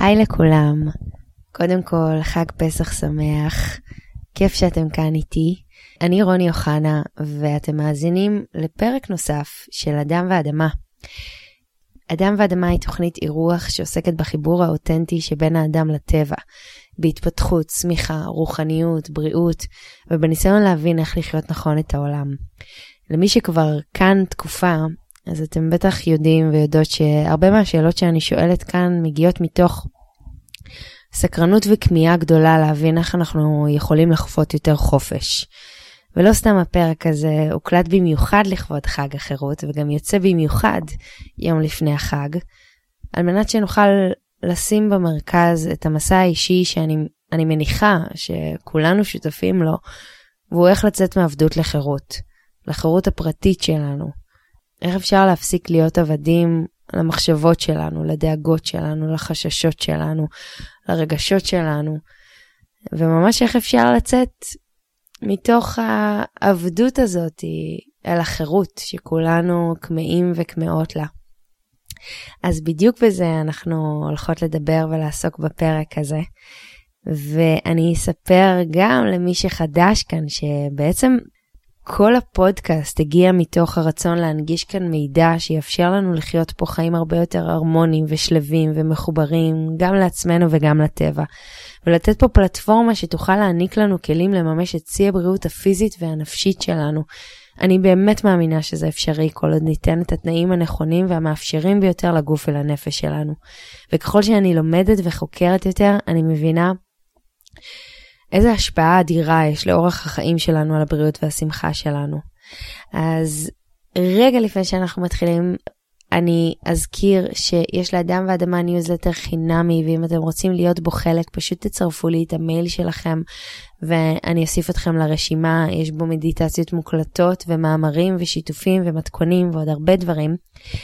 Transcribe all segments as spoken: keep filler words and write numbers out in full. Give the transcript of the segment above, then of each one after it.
היי לכולם, קודם כל חג פסח שמח, כיף שאתם כאן איתי. אני רוני אוחנה ואתם מאזינים לפרק נוסף של אדם ואדמה. אדם ואדמה היא תוכנית אירוח שעוסקת בחיבור האותנטי שבין האדם לטבע, בהתפתחות, צמיחה, רוחניות, בריאות, ובניסיון להבין איך לחיות נכון את העולם. למי שכבר כאן תקופה, אז אתם בטח יודעים ויודעות שהרבה מהשאלות שאני שואלת כאן מגיעות מתוך סקרנות וכמיהה גדולה להבין איך אנחנו יכולים לחוות יותר חופש. ולא סתם הפרק הזה הוקלט במיוחד לכבוד חג החירות, וגם יוצא במיוחד יום לפני החג, על מנת שנוכל לשים במרכז את המסע האישי שאני אני מניחה שכולנו שותפים לו, והוא איך לצאת מעבדות לחירות, לחירות הפרטית שלנו. איך אפשר להפסיק להיות עבדים למחשבות שלנו, לדאגות שלנו, לחששות שלנו, לרגשות שלנו, וממש איך אפשר לצאת מתוך העבדות הזאת אל החירות שכולנו כמאים וכמאות לה. אז בדיוק בזה אנחנו הולכות לדבר ולעסוק בפרק הזה, ואני אספר גם למי שחדש כאן שבעצם כל הפודקאסט הגיע מתוך הרצון להנגיש כאן מידע שיאפשר לנו לחיות פה חיים הרבה יותר הרמוניים ושלבים ומחוברים גם לעצמנו וגם לטבע. ולתת פה פלטפורמה שתוכל להעניק לנו כלים לממש את שיא הבריאות הפיזית והנפשית שלנו. אני באמת מאמינה שזה אפשרי כל עוד ניתן את התנאים הנכונים והמאפשרים ביותר לגוף ולנפש שלנו. וככל שאני לומדת וחוקרת יותר, אני מבינה איזו השפעה אדירה יש לאורך החיים שלנו על הבריאות והשמחה שלנו. אז רגע לפני שאנחנו מתחילים, אני אזכיר שיש לאדם ואדמה ניוזלטר חינמי, ואם אתם רוצים להיות בו חלק, פשוט תצרפו לי את המייל שלכם, ואני אוסיף אתכם לרשימה. יש בו מדיטציות מוקלטות, ומאמרים, ושיתופים, ומתכונים, ועוד הרבה דברים.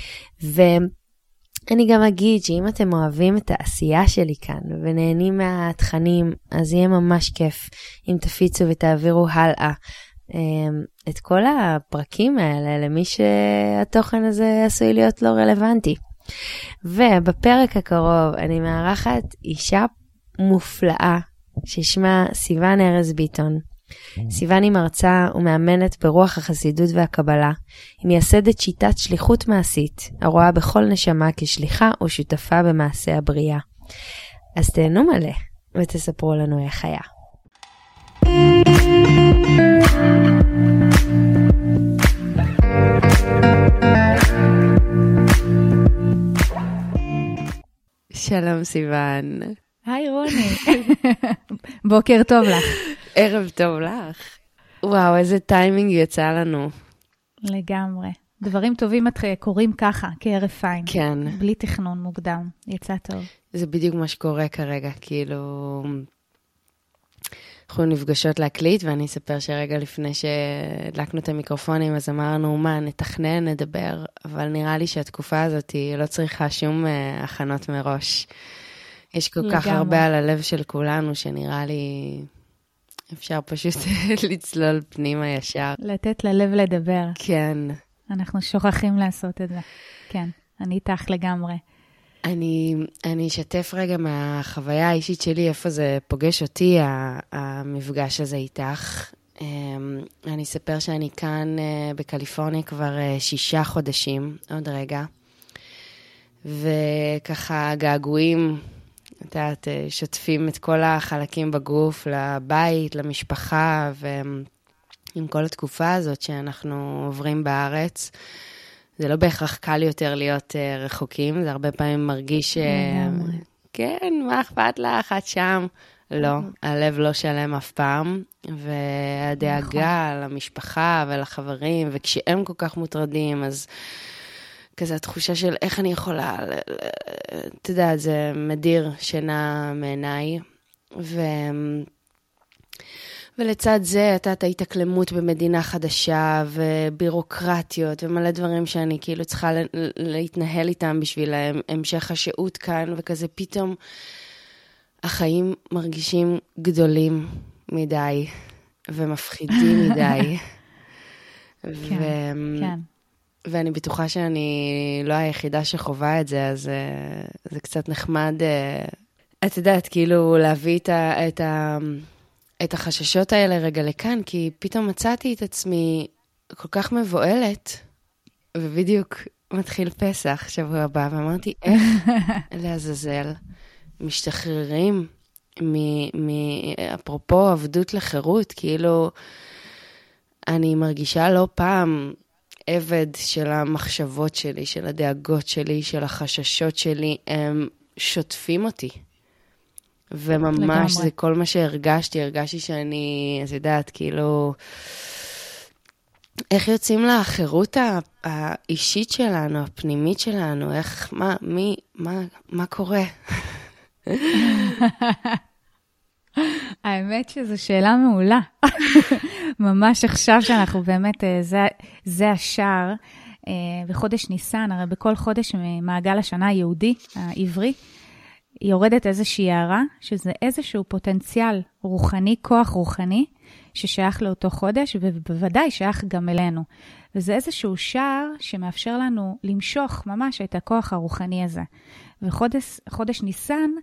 ואני גם אגיד שאם אתם אוהבים את העשייה שלי כאן, ונהנים מהתכנים, אז יהיה ממש כיף אם תפיצו ותעבירו הלאה את כל הפרקים האלה למי שהתוכן הזה עשוי להיות לא רלוונטי. ובפרק הקרוב אני מארחת אישה מופלאה ששמה סיוון ארז ביטון. סיוון היא מרצה ומאמנת ברוח החסידות והקבלה. היא מייסדת שיטת שליחות מעשית, הרואה בכל נשמה כשליחה או שותפה במעשה הבריאה. אז תהנו מלא ותספרו לנו איך היה. שלום סיוון. היי רוני. בוקר טוב לך. ערב טוב לך. וואו, איזה טיימינג יצא לנו. לגמרי. דברים טובים קורים ככה, כערב פיין. כן. בלי תכנון מוקדם. יצא טוב. זה בדיוק מה שקורה כרגע, כאילו אנחנו נפגשות להקליט, ואני אספר שרגע לפני שהדלקנו את המיקרופונים, אז אמרנו, מה, נתכנן, נדבר, אבל נראה לי שהתקופה הזאת היא לא צריכה שום uh, הכנות מראש. יש כל לגמרי. כך הרבה על הלב של כולנו, שנראה לי אפשר פשוט לצלול פנימה ישר. לתת ללב לדבר. כן. אנחנו שוכחים לעשות את זה. כן, אני איתך לגמרי. אני, אני אשתף רגע מהחוויה האישית שלי, איפה זה פוגש אותי, המפגש הזה איתך. אני אספר שאני כאן בקליפורניה כבר שישה חודשים, עוד רגע. וככה געגועים, את יודעת, שוטפים את כל החלקים בגוף, לבית, למשפחה, ועם כל התקופה הזאת שאנחנו עוברים בארץ. זה לא בהכרח קל יותר להיות uh, רחוקים, זה הרבה פעמים מרגיש, uh, כן, מה אכפת לך, את שם? לא, הלב לא שלם אף פעם, והדאגה למשפחה ולחברים, וכשהם כל כך מוטרדים, אז כזה התחושה של איך אני יכולה, אתה יודע, זה מדיר שינה מעיניי, ו... ולצד זה, אתה את ההתאקלמות במדינה חדשה, ובירוקרטיות, ומלא דברים שאני כאילו צריכה להתנהל איתם בשביל המשך השהות כאן, וכזה פתאום החיים מרגישים גדולים מדי, ומפחידים מדי. כן, ו... כן. ואני בטוחה שאני לא היחידה שחובה את זה, אז זה קצת נחמד את יודעת, כאילו להביא את, ה, את, ה, את החששות האלה רגע לכאן, כי פתאום מצאתי את עצמי כל כך מבועלת, ובדיוק מתחיל פסח שבוע הבא, ואמרתי, איך לעזאזל משתחררים מ- מ- אפרופו עבדות לחירות, כאילו אני מרגישה לא פעם עבד של המחשבות שלי, של הדאגות שלי, של החששות שלי, הם שוטפים אותי. וממש לגמרי. זה כל מה שהרגשתי, הרגשתי שאני, את יודעת, כאילו, איך יוצאים לחירות האישית שלנו, הפנימית שלנו, איך, מה, מי, מה, מה קורה? האמת שזו שאלה מעולה. ממש עכשיו שאנחנו באמת, זה, זה השער, בחודש ניסן, הרי בכל חודש מעגל השנה היהודי, העברי, יורדת איזושהי הערה, שזה איזשהו פוטנציאל רוחני, כוח רוחני, ששייך לאותו חודש, ובוודאי שייך גם אלינו. וזה איזשהו שער שמאפשר לנו למשוך ממש את הכוח הרוחני הזה. וחודש חודש ניסן,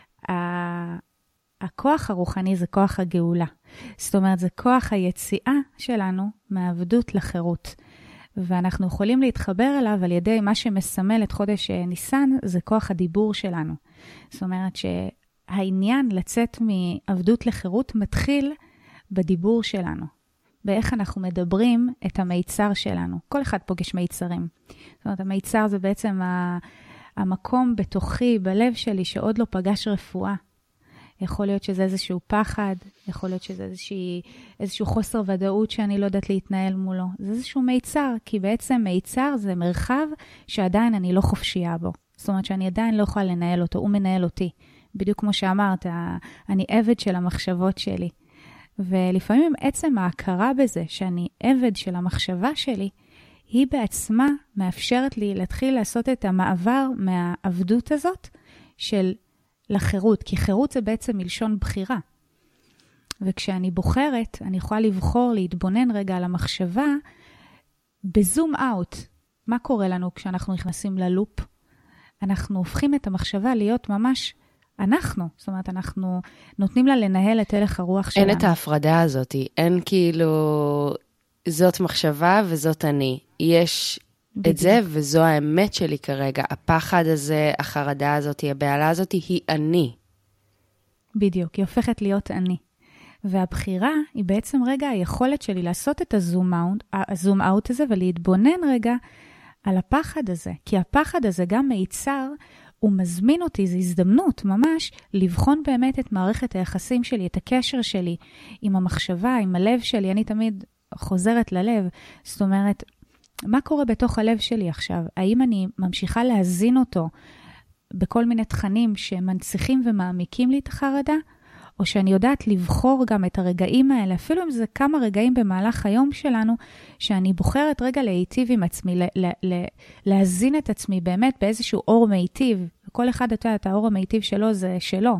הכוח הרוחני זה כוח הגאולה. זאת אומרת, זה כוח היציאה שלנו מהעבדות לחירות. ואנחנו יכולים להתחבר אליו על ידי מה שמסמל את חודש ניסן, זה כוח הדיבור שלנו. זאת אומרת שהעניין לצאת מעבדות לחירות מתחיל בדיבור שלנו. באיך אנחנו מדברים את המיצר שלנו. כל אחד פוגש מיצרים. זאת אומרת, המיצר זה בעצם המקום בתוכי, בלב שלי, שעוד לא פגש רפואה. יכול להיות שזה איזשהו פחד, יכול להיות שזה איזשהו, איזשהו חוסר ודאות שאני לא יודעת להתנהל מולו. זה איזשהו מיצר, כי בעצם מיצר זה מרחב שעדיין אני לא חופשייה בו. זאת אומרת שאני עדיין לא יכולה לנהל אותו, הוא מנהל אותי. בדיוק כמו שאמרת, אני עבד של המחשבות שלי. ולפעמים עצם ההכרה בזה שאני עבד של המחשבה שלי, היא בעצמה מאפשרת לי להתחיל לעשות את המעבר מהעבדות הזאת של לחירות, כי חירות זה בעצם מלשון בחירה. וכשאני בוחרת, אני יכולה לבחור להתבונן רגע על המחשבה בזום אאוט. מה קורה לנו כשאנחנו נכנסים ללופ? אנחנו הופכים את המחשבה להיות ממש אנחנו. זאת אומרת, אנחנו נותנים לה לנהל את הלך הרוח שלנו. אין את ההפרדה הזאת, אין כאילו זאת מחשבה וזאת אני. יש בדיוק. את זה וזו האמת שלי כרגע. הפחד הזה, החרדה הזאת, הבעלה הזאת היא אני. בדיוק, היא הופכת להיות אני. והבחירה היא בעצם רגע היכולת שלי לעשות את הזום אאוט, הזום אאוט הזה ולהתבונן רגע על הפחד הזה. כי הפחד הזה גם מיצר, הוא מזמין אותי, זו הזדמנות ממש לבחון באמת את מערכת היחסים שלי, את הקשר שלי עם המחשבה, עם הלב שלי. אני תמיד חוזרת ללב. זאת אומרת, מה קורה בתוך הלב שלי עכשיו? האם אני ממשיכה להזין אותו בכל מיני תכנים שמנציחים ומעמיקים לי את החרדה? או שאני יודעת לבחור גם את הרגעים האלה, אפילו אם זה כמה רגעים במהלך היום שלנו, שאני בוחרת רגע להיטיב עם עצמי, לה, לה, להזין את עצמי באמת באיזשהו אור מיטיב. כל אחד יודע, את האור המיטיב שלו זה שלו.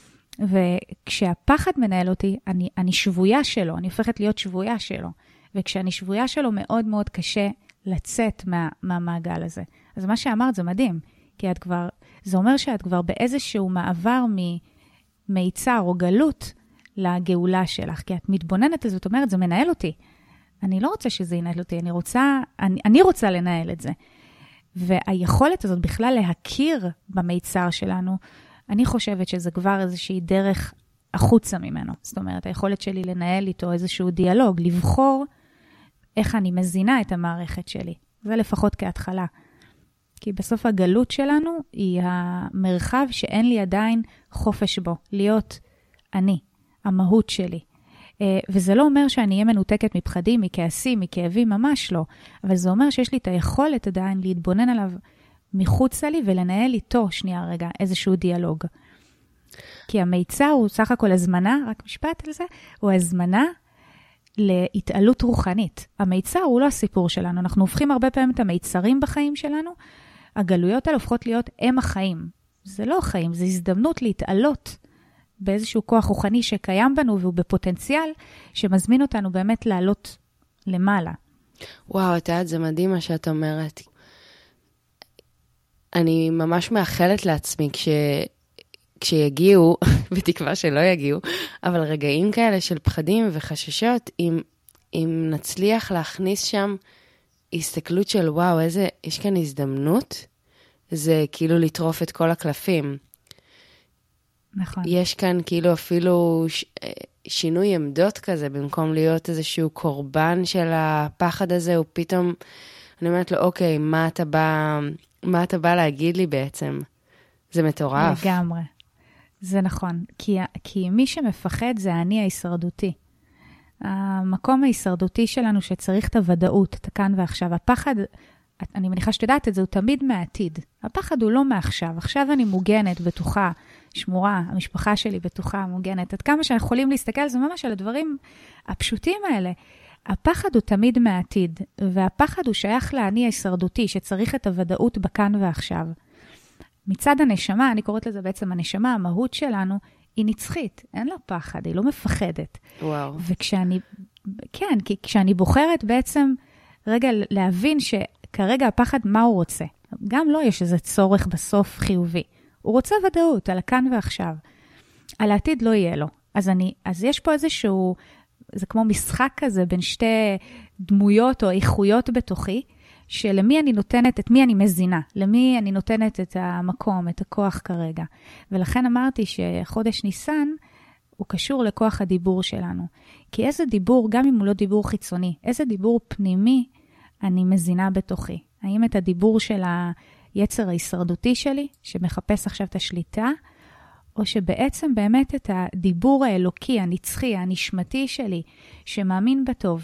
וכשהפחד מנהל אותי, אני, אני שבויה שלו, אני הופכת להיות שבויה שלו. וכשאני שבויה שלו, מאוד מאוד קשה לצאת מה, מהמעגל הזה. אז מה שאמרת זה מדהים, כי את כבר, זה אומר שאת כבר באיזשהו מעבר ממיצר או גלות לגאולה שלך, כי את מתבוננת, זאת אומרת, זה מנהל אותי. אני לא רוצה שזה ינהל אותי, אני רוצה, אני, אני רוצה לנהל את זה. והיכולת הזאת בכלל להכיר במיצר שלנו, אני חושבת שזה כבר איזושהי דרך החוצה ממנו. זאת אומרת, היכולת שלי לנהל איתו איזשהו דיאלוג, לבחור איך אני מזינה את המערכת שלי. זה לפחות כהתחלה. כי בסוף הגלות שלנו היא המרחב שאין לי עדיין חופש בו, להיות אני, המהות שלי. וזה לא אומר שאני אהיה מנותקת מפחדים, מכעסים, מכאבים, ממש לא. אבל זה אומר שיש לי את היכולת עדיין להתבונן עליו מחוצה לי ולנהל איתו, שנייה רגע, איזשהו דיאלוג. כי המיצר הוא סך הכל הזמנה, רק משפט על זה, הוא הזמנה להתעלות רוחנית. המיצר הוא לא הסיפור שלנו, אנחנו הופכים הרבה פעמים את המיצרים בחיים שלנו, הגלויות האלה הופכות להיות הם החיים. זה לא החיים, זה הזדמנות להתעלות באיזשהו כוח רוחני שקיים בנו, והוא בפוטנציאל שמזמין אותנו באמת לעלות למעלה. וואו, את יודעת, זה מדהים מה שאת אומרת. אני ממש מאחלת לעצמי, כש... כשיגיעו, בתקווה שלא יגיעו, אבל רגעים כאלה של פחדים וחששות, אם, אם נצליח להכניס שם הסתכלות של וואו, איזה, יש כאן הזדמנות, זה כאילו לטרוף את כל הקלפים. נכון. יש כאן כאילו אפילו ש... שינוי עמדות כזה, במקום להיות איזשהו קורבן של הפחד הזה, הוא פתאום, אני אומרת לו, אוקיי, מה אתה בא, מה אתה בא להגיד לי בעצם? זה מטורף. לגמרי. זה נכון. כי, כי מי שמפחד זה אני ההישרדותי. המקום ההישרדותי שלנו שצריך את הוודאות, את הכאן ועכשיו. הפחד, אני מניחה שתדעת את זה, הוא תמיד מהעתיד. הפחד הוא לא מעכשיו. עכשיו אני מוגנת, בטוחה, שמורה, המשפחה שלי בטוחה, מוגנת. עד כמה שאנחנו יכולים להסתכל, זה ממש על הדברים הפשוטים האלה. הפחד הוא תמיד מהעתיד, והפחד הוא שייך לאני ההישרדותי, שצריך את הוודאות בכאן ועכשיו. מצד הנשמה, אני קוראת לזה בעצם הנשמה, המהות שלנו, היא נצחית, אין לה פחד, היא לא מפחדת. וואו. וכשאני, כן, כי כשאני בוחרת בעצם, רגע להבין שכרגע הפחד, מה הוא רוצה? גם לא יש איזה צורך בסוף חיובי. הוא רוצה ודאות על הכאן ועכשיו. על העתיד לא יהיה לו. אז אני, אז יש פה איזשהו, זה כמו משחק כזה בין שתי דמויות או איכויות בתוכי, שלמי אני נותנת, את מי אני מזינה, למי אני נותנת את המקום, את הכוח כרגע. ולכן אמרתי שחודש ניסן, הוא קשור לכוח הדיבור שלנו. כי איזה דיבור, גם אם הוא לא דיבור חיצוני, איזה דיבור פנימי אני מזינה בתוכי. האם את הדיבור של היצר ההישרדותי שלי, שמחפש עכשיו את השליטה, או שבעצם באמת את הדיבור האלוקי, הנצחי, הנשמתי שלי, שמאמין בטוב,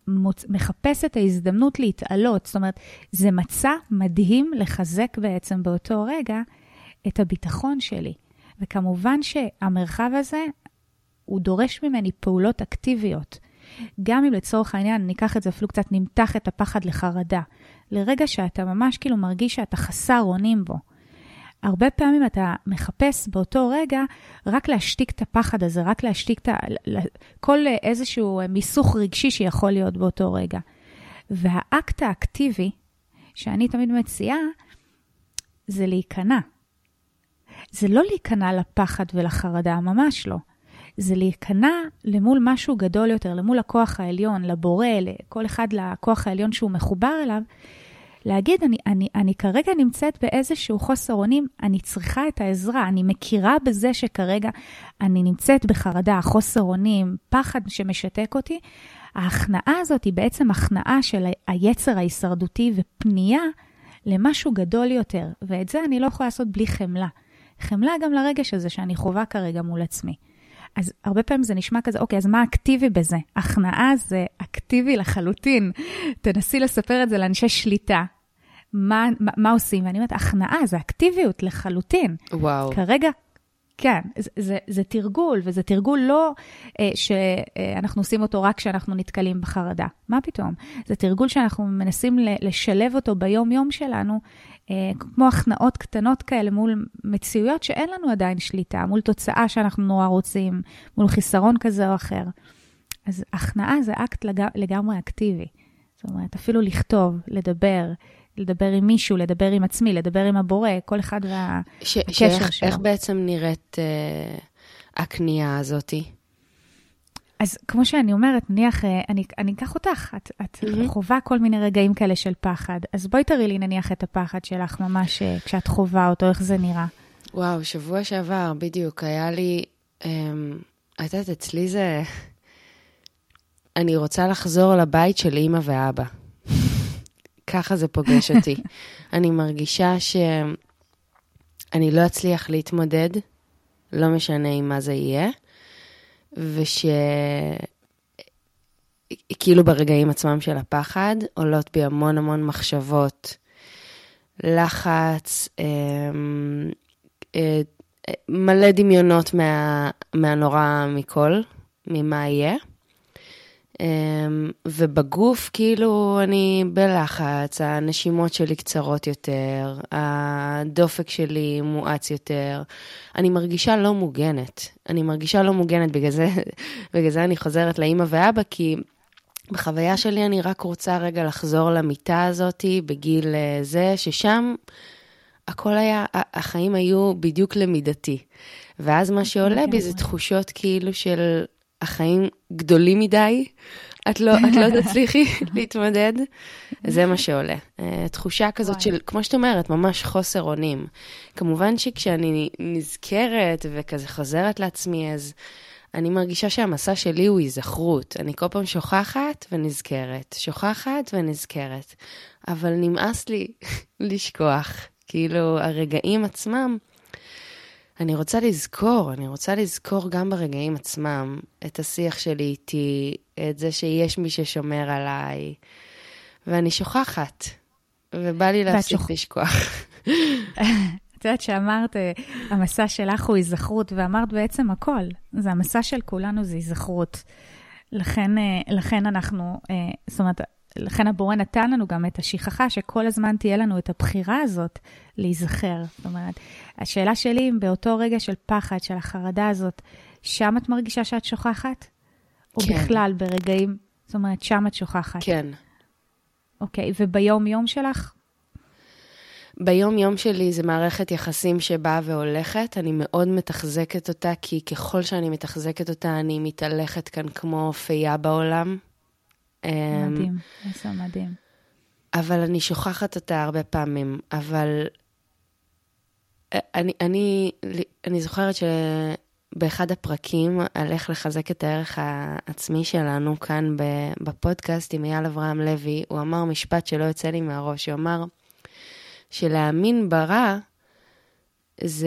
שמחפש את ההזדמנות להתעלות. זאת אומרת, זה מצא מדהים לחזק בעצם באותו רגע את הביטחון שלי. וכמובן שהמרחב הזה, הוא דורש ממני פעולות אקטיביות. גם אם לצורך העניין, ניקח את זה אפילו קצת, נמתח את הפחד לחרדה. לרגע שאתה ממש כאילו מרגיש שאתה חסר אונים בו. הרבה פעמים אתה מחפש באותו רגע רק להשתיק את הפחד הזה, רק להשתיק את כל איזשהו מיסוך רגשי שיכול להיות באותו רגע. והאקט האקטיבי שאני תמיד מציעה, זה להיכנע. זה לא להיכנע לפחד ולחרדה, ממש לא. זה להיכנע למול משהו גדול יותר, למול הכוח העליון, לבורא, לכל אחד לכוח העליון שהוא מחובר אליו, להגיד, אני, אני, אני כרגע נמצאת באיזשהו חוסר אונים, אני צריכה את העזרה, אני מכירה בזה שכרגע אני נמצאת בחרדה, חוסר אונים, פחד שמשתק אותי. ההכנעה הזאת היא בעצם הכנעה של היצר ההישרדותי ופנייה למשהו גדול יותר, ואת זה אני לא יכולה לעשות בלי חמלה. חמלה גם לרגש הזה שאני חובה כרגע מול עצמי. אז הרבה פעמים זה נשמע כזה, אוקיי, אז מה אקטיבי בזה? הכנעה זה אקטיבי לחלוטין. תנסי לספר את זה לאנשי שליטה. מה, מה, מה עושים? ואני אומרת, הכנעה זה אקטיביות לחלוטין. וואו. כרגע, כן, זה, זה, זה תרגול, וזה תרגול לא אה, שאנחנו עושים אותו רק כשאנחנו נתקלים בחרדה. מה פתאום? זה תרגול שאנחנו מנסים לשלב אותו ביום-יום שלנו, אה, כמו הכנעות קטנות כאלה מול מציאויות שאין לנו עדיין שליטה, מול תוצאה שאנחנו נורא רוצים, מול חיסרון כזה או אחר. אז הכנעה זה אקט לג... לגמרי אקטיבי. זאת אומרת, אפילו לכתוב, לדבר, לדבר עם מישהו, לדבר עם עצמי, לדבר עם הבורא, כל אחד והקשר שלו. איך בעצם נראית אה, הקנייה הזאת? אז כמו שאני אומרת, נניח, אני, אני אקח אותך, את, את mm-hmm. חובה כל מיני רגעים כאלה של פחד, אז בואי תראי לי נניח את הפחד שלך ממש כשאת חובה אותו, איך זה נראה. וואו, שבוע שעבר בדיוק היה לי, אה, הייתה אצלי זה, אני רוצה לחזור לבית של אמא ואבא. ככה זה פוגש אותי. אני מרגישה שאני לא אצליח להתמודד, לא משנה עם מה זה יהיה, וש... כאילו ברגעים עצמם של הפחד, עולות בי המון המון מחשבות, לחץ, מלא דמיונות מה... מהנורא מכל, ממה יהיה. ובגוף כאילו אני בלחץ, הנשימות שלי קצרות יותר, הדופק שלי מואץ יותר, אני מרגישה לא מוגנת, אני מרגישה לא מוגנת, בגלל זה, בגלל זה אני חוזרת לאמא ואבא, כי בחוויה שלי אני רק רוצה רגע לחזור למיטה הזאת בגיל זה, ששם הכל היה, החיים היו בדיוק למידתי. ואז מה שעולה בי זה תחושות כאילו של החיים גדולים מדי, את לא, את לא תצליחי להתמודד, זה מה שעולה. תחושה כזאת של, כמו שאת אומרת, ממש חוסר אונים. כמובן שכשאני נזכרת וכזה חוזרת לעצמי, אז אני מרגישה שהמסע שלי הוא היזכרות. אני כל פעם שוכחת ונזכרת, שוכחת ונזכרת. אבל נמאס לי לשכוח. כאילו, הרגעים עצמם, אני רוצה לזכור, אני רוצה לזכור גם ברגעים עצמם, את השיח שלי איתי, את זה שיש מי ששומר עליי, ואני שוכחת, ובא לי להפסיק שוכ... לשכוח. את יודעת שאמרת, המסע שלך הוא היזכרות, ואמרת בעצם הכל. זה המסע של כולנו, זה היזכרות. לכן, לכן אנחנו, זאת אומרת, לכן הבורא נתן לנו גם את השכחה, שכל הזמן תהיה לנו את הבחירה הזאת להיזכר. זאת אומרת, השאלה שלי, באותו רגע של פחד, של החרדה הזאת, שם את מרגישה שאת שוכחת? או כן. בכלל ברגעים, זאת אומרת, שם את שוכחת? כן. אוקיי, וביום יום שלך? ביום יום שלי זה מערכת יחסים שבאה והולכת, אני מאוד מתחזקת אותה, כי ככל שאני מתחזקת אותה, אני מתהלכת כאן כמו פייה בעולם. מדהים, איזה מדהים. אבל אני שוכחת אותה הרבה פעמים, אבל אני, אני, אני זוכרת שבאחד הפרקים על איך לחזק את הערך העצמי שלנו כאן בפודקאסט עם אייל אברהם לוי, הוא אמר משפט שלא יוצא לי מהראש, הוא אמר שלהאמין ברע זה,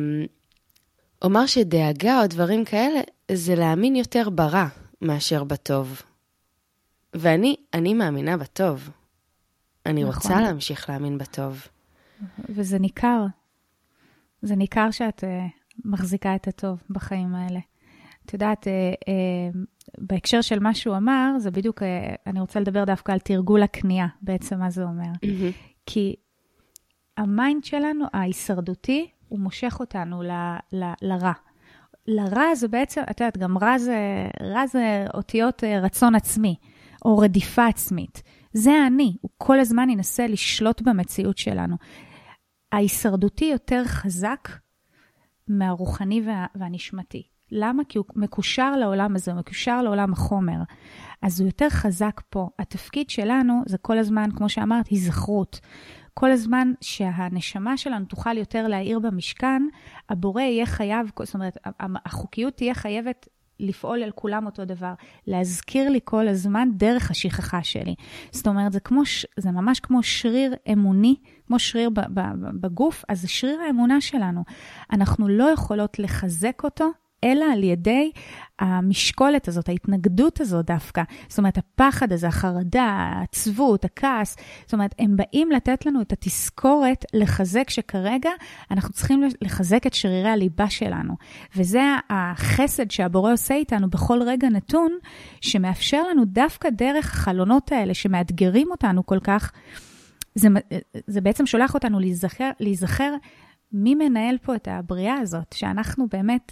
הוא אמר שדאגה או דברים כאלה זה להאמין יותר ברע מאשר בטוב. ואני, אני מאמינה בטוב. אני נכון. רוצה להמשיך להאמין בטוב. וזה ניכר. זה ניכר שאת uh, מחזיקה את הטוב בחיים האלה. את יודעת, uh, uh, בהקשר של מה שהוא אמר, זה בדיוק, uh, אני רוצה לדבר דווקא על תרגול הקנייה, בעצם מה זה אומר. Mm-hmm. כי המיינד שלנו, ההישרדותי, הוא מושך אותנו ל, ל, לרע. לרע זה בעצם, את יודעת, גם רע זה, רע זה אותיות רצון עצמי. או רדיפה עצמית. זה אני, הוא כל הזמן ינסה לשלוט במציאות שלנו. ההישרדותי יותר חזק מהרוחני וה, והנשמתי. למה? כי הוא מקושר לעולם הזה, הוא מקושר לעולם החומר. אז הוא יותר חזק פה. התפקיד שלנו זה כל הזמן, כמו שאמרת, היזכרות. כל הזמן שהנשמה שלנו תוכל יותר להעיר במשכן, הבורא יהיה חייב, זאת אומרת, החוקיות תהיה חייבת לפעול על כולם אותו דבר, להזכיר לי כל הזמן דרך השכחה שלי. זאת אומרת, זה, כמו, זה ממש כמו שריר אמוני, כמו שריר בגוף, אז זה שריר האמונה שלנו. אנחנו לא יכולות לחזק אותו, אלא על ידי המשקולת הזאת, ההתנגדות הזאת דווקא. זאת אומרת, הפחד הזה, החרדה, העצבות, הכעס, זאת אומרת, הם באים לתת לנו את התזכורת לחזק שכרגע אנחנו צריכים לחזק את שרירי הליבה שלנו. וזה החסד שהבורא עושה איתנו בכל רגע נתון, שמאפשר לנו דווקא דרך החלונות האלה, שמאתגרים אותנו כל כך, זה, זה בעצם שולח אותנו להיזכר, להיזכר מי מנהל פה את הבריאה הזאת, שאנחנו באמת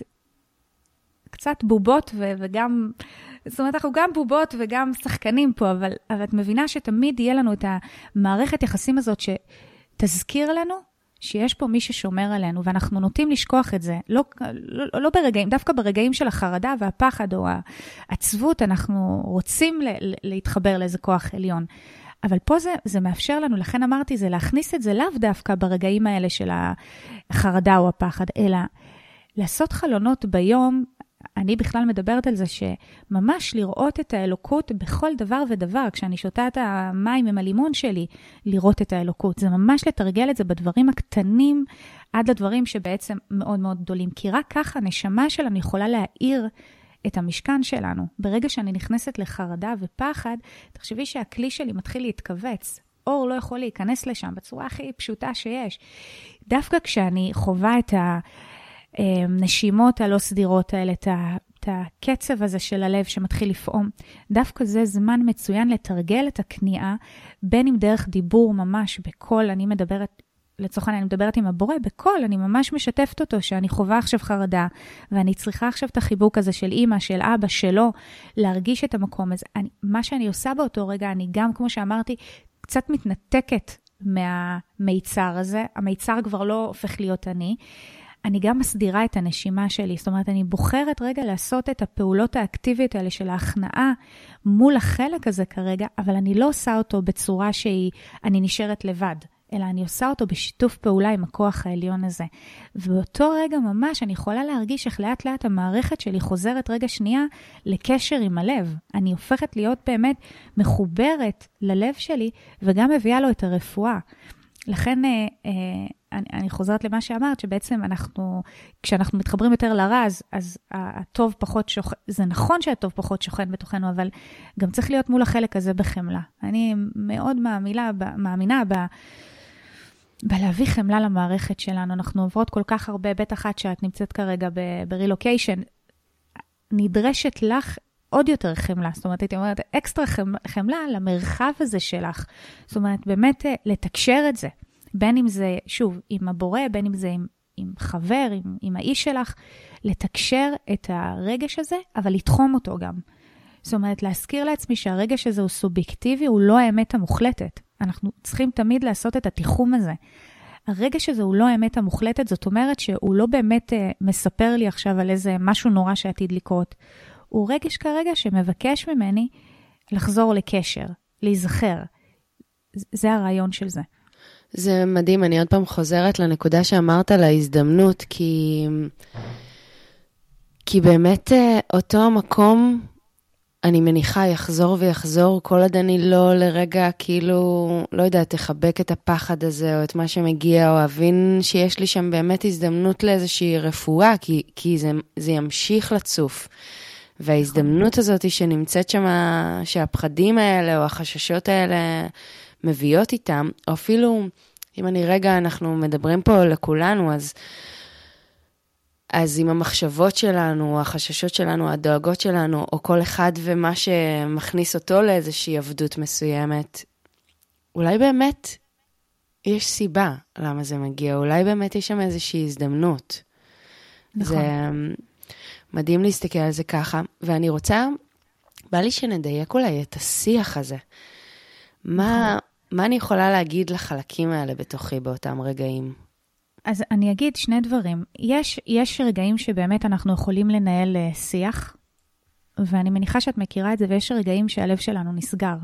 קצת בובות ו- וגם, זאת אומרת, אנחנו גם בובות וגם שחקנים פה, אבל, אבל את מבינה שתמיד יהיה לנו את המערכת יחסים הזאת שתזכיר לנו שיש פה מי ששומר עלינו, ואנחנו נוטים לשכוח את זה. לא, לא, לא ברגעים, דווקא ברגעים של החרדה והפחד או העצבות, אנחנו רוצים ל- להתחבר לאיזה כוח עליון. אבל פה זה, זה מאפשר לנו, לכן אמרתי, זה להכניס את זה לאו דווקא ברגעים האלה של החרדה או הפחד, אלא לעשות חלונות ביום. אני בכלל מדברת על זה שממש לראות את האלוקות בכל דבר ודבר, כשאני שותה את המים עם הלימון שלי, לראות את האלוקות. זה ממש לתרגל את זה בדברים הקטנים, עד לדברים שבעצם מאוד מאוד גדולים. כי רק ככה הנשמה שלנו יכולה להאיר את המשכן שלנו. ברגע שאני נכנסת לחרדה ופחד, תחשבי שהכלי שלי מתחיל להתכווץ. אור לא יכול להיכנס לשם בצורה הכי פשוטה שיש. דווקא כשאני חווה את ה... נשימות הלא סדירות האלה, את הקצב הזה של הלב שמתחיל לפעום. דווקא זה זמן מצוין לתרגל את הכניעה, בין אם דרך דיבור ממש בכל, אני מדברת, לצורך אני מדברת עם הבורא, בכל, אני ממש משתפת אותו, שאני חובה עכשיו חרדה, ואני צריכה עכשיו את החיבוק הזה של אמא, של אבא, שלו, להרגיש את המקום הזה. אני, מה שאני עושה באותו רגע, אני גם, כמו שאמרתי, קצת מתנתקת מהמיצר הזה, המיצר כבר לא הופך להיות אני, אני גם מסדירה את הנשימה שלי, זאת אומרת, אני בוחרת רגע לעשות את הפעולות האקטיביות האלה של ההכנעה מול החלק הזה כרגע, אבל אני לא עושה אותו בצורה שהיא, אני נשארת לבד, אלא אני עושה אותו בשיתוף פעולה עם הכוח העליון הזה. ובאותו רגע ממש אני יכולה להרגיש איך לאט לאט המערכת שלי חוזרת רגע שנייה לקשר עם הלב. אני הופכת להיות באמת מחוברת ללב שלי, וגם מביאה לו את הרפואה. לכן אה, אה, אני, אני חוזרת למה שאמרת, שבעצם אנחנו, כשאנחנו מתחברים יותר לרז, אז הטוב פחות שוכן, זה נכון שהטוב פחות שוכן בתוכנו, אבל גם צריך להיות מול החלק הזה בחמלה. אני מאוד מאמינה, מאמינה ב... בלהביא חמלה למערכת שלנו. אנחנו עוברות כל כך הרבה, בטח עד שאת נמצאת כרגע ברילוקיישן, נדרשת לך עוד יותר חמלה. זאת אומרת, הייתי אומרת, אקסטרה חמלה למרחב הזה שלך. זאת אומרת, באמת לתקשר את זה. בין אם זה, שוב, עם הבורא, בין אם זה עם, עם חבר, עם, עם האיש שלך, לתקשר את הרגש הזה, אבל לתחום אותו גם. זאת אומרת, להזכיר לעצמי שהרגש הזה הוא סובייקטיבי, הוא לא האמת המוחלטת. אנחנו צריכים תמיד לעשות את התיחום הזה. הרגש הזה הוא לא האמת המוחלטת, זאת אומרת שהוא לא באמת uh, מספר לי עכשיו על איזה משהו נורא שעתיד לקרות. הוא רגש כרגע שמבקש ממני לחזור לקשר, להיזכר. זה הרעיון של זה. זה מדהים, אני עוד פעם חוזרת לנקודה שאמרת להזדמנות, כי, כי באמת אותו המקום, אני מניחה, יחזור ויחזור, כל עד אני לא לרגע, כאילו, לא יודעת, תחבק את הפחד הזה, או את מה שמגיע, או אבין שיש לי שם באמת הזדמנות לאיזושהי רפואה, כי, כי זה, זה ימשיך לצוף. וההזדמנות הזאת שנמצאת שם, שהפחדים האלה, או החששות האלה, מביאות איתם, או אפילו, אם אני רגע, אנחנו מדברים פה לכולנו, אז, אז עם המחשבות שלנו, החששות שלנו, הדואגות שלנו, או כל אחד ומה שמכניס אותו לאיזושהי עבדות מסוימת, אולי באמת יש סיבה למה זה מגיע, אולי באמת יש שם איזושהי הזדמנות. נכון. זה מדהים להסתכל על זה ככה, ואני רוצה, בא לי שנדייק אולי את השיח הזה. מה, מה אני יכולה להגיד לחלקים האלה בתוכי באותם רגעים? אז אני אגיד שני דברים. יש, יש רגעים שבאמת אנחנו יכולים לנהל שיח, ואני מניחה שאת מכירה את זה, ויש רגעים שהלב שלנו נסגר.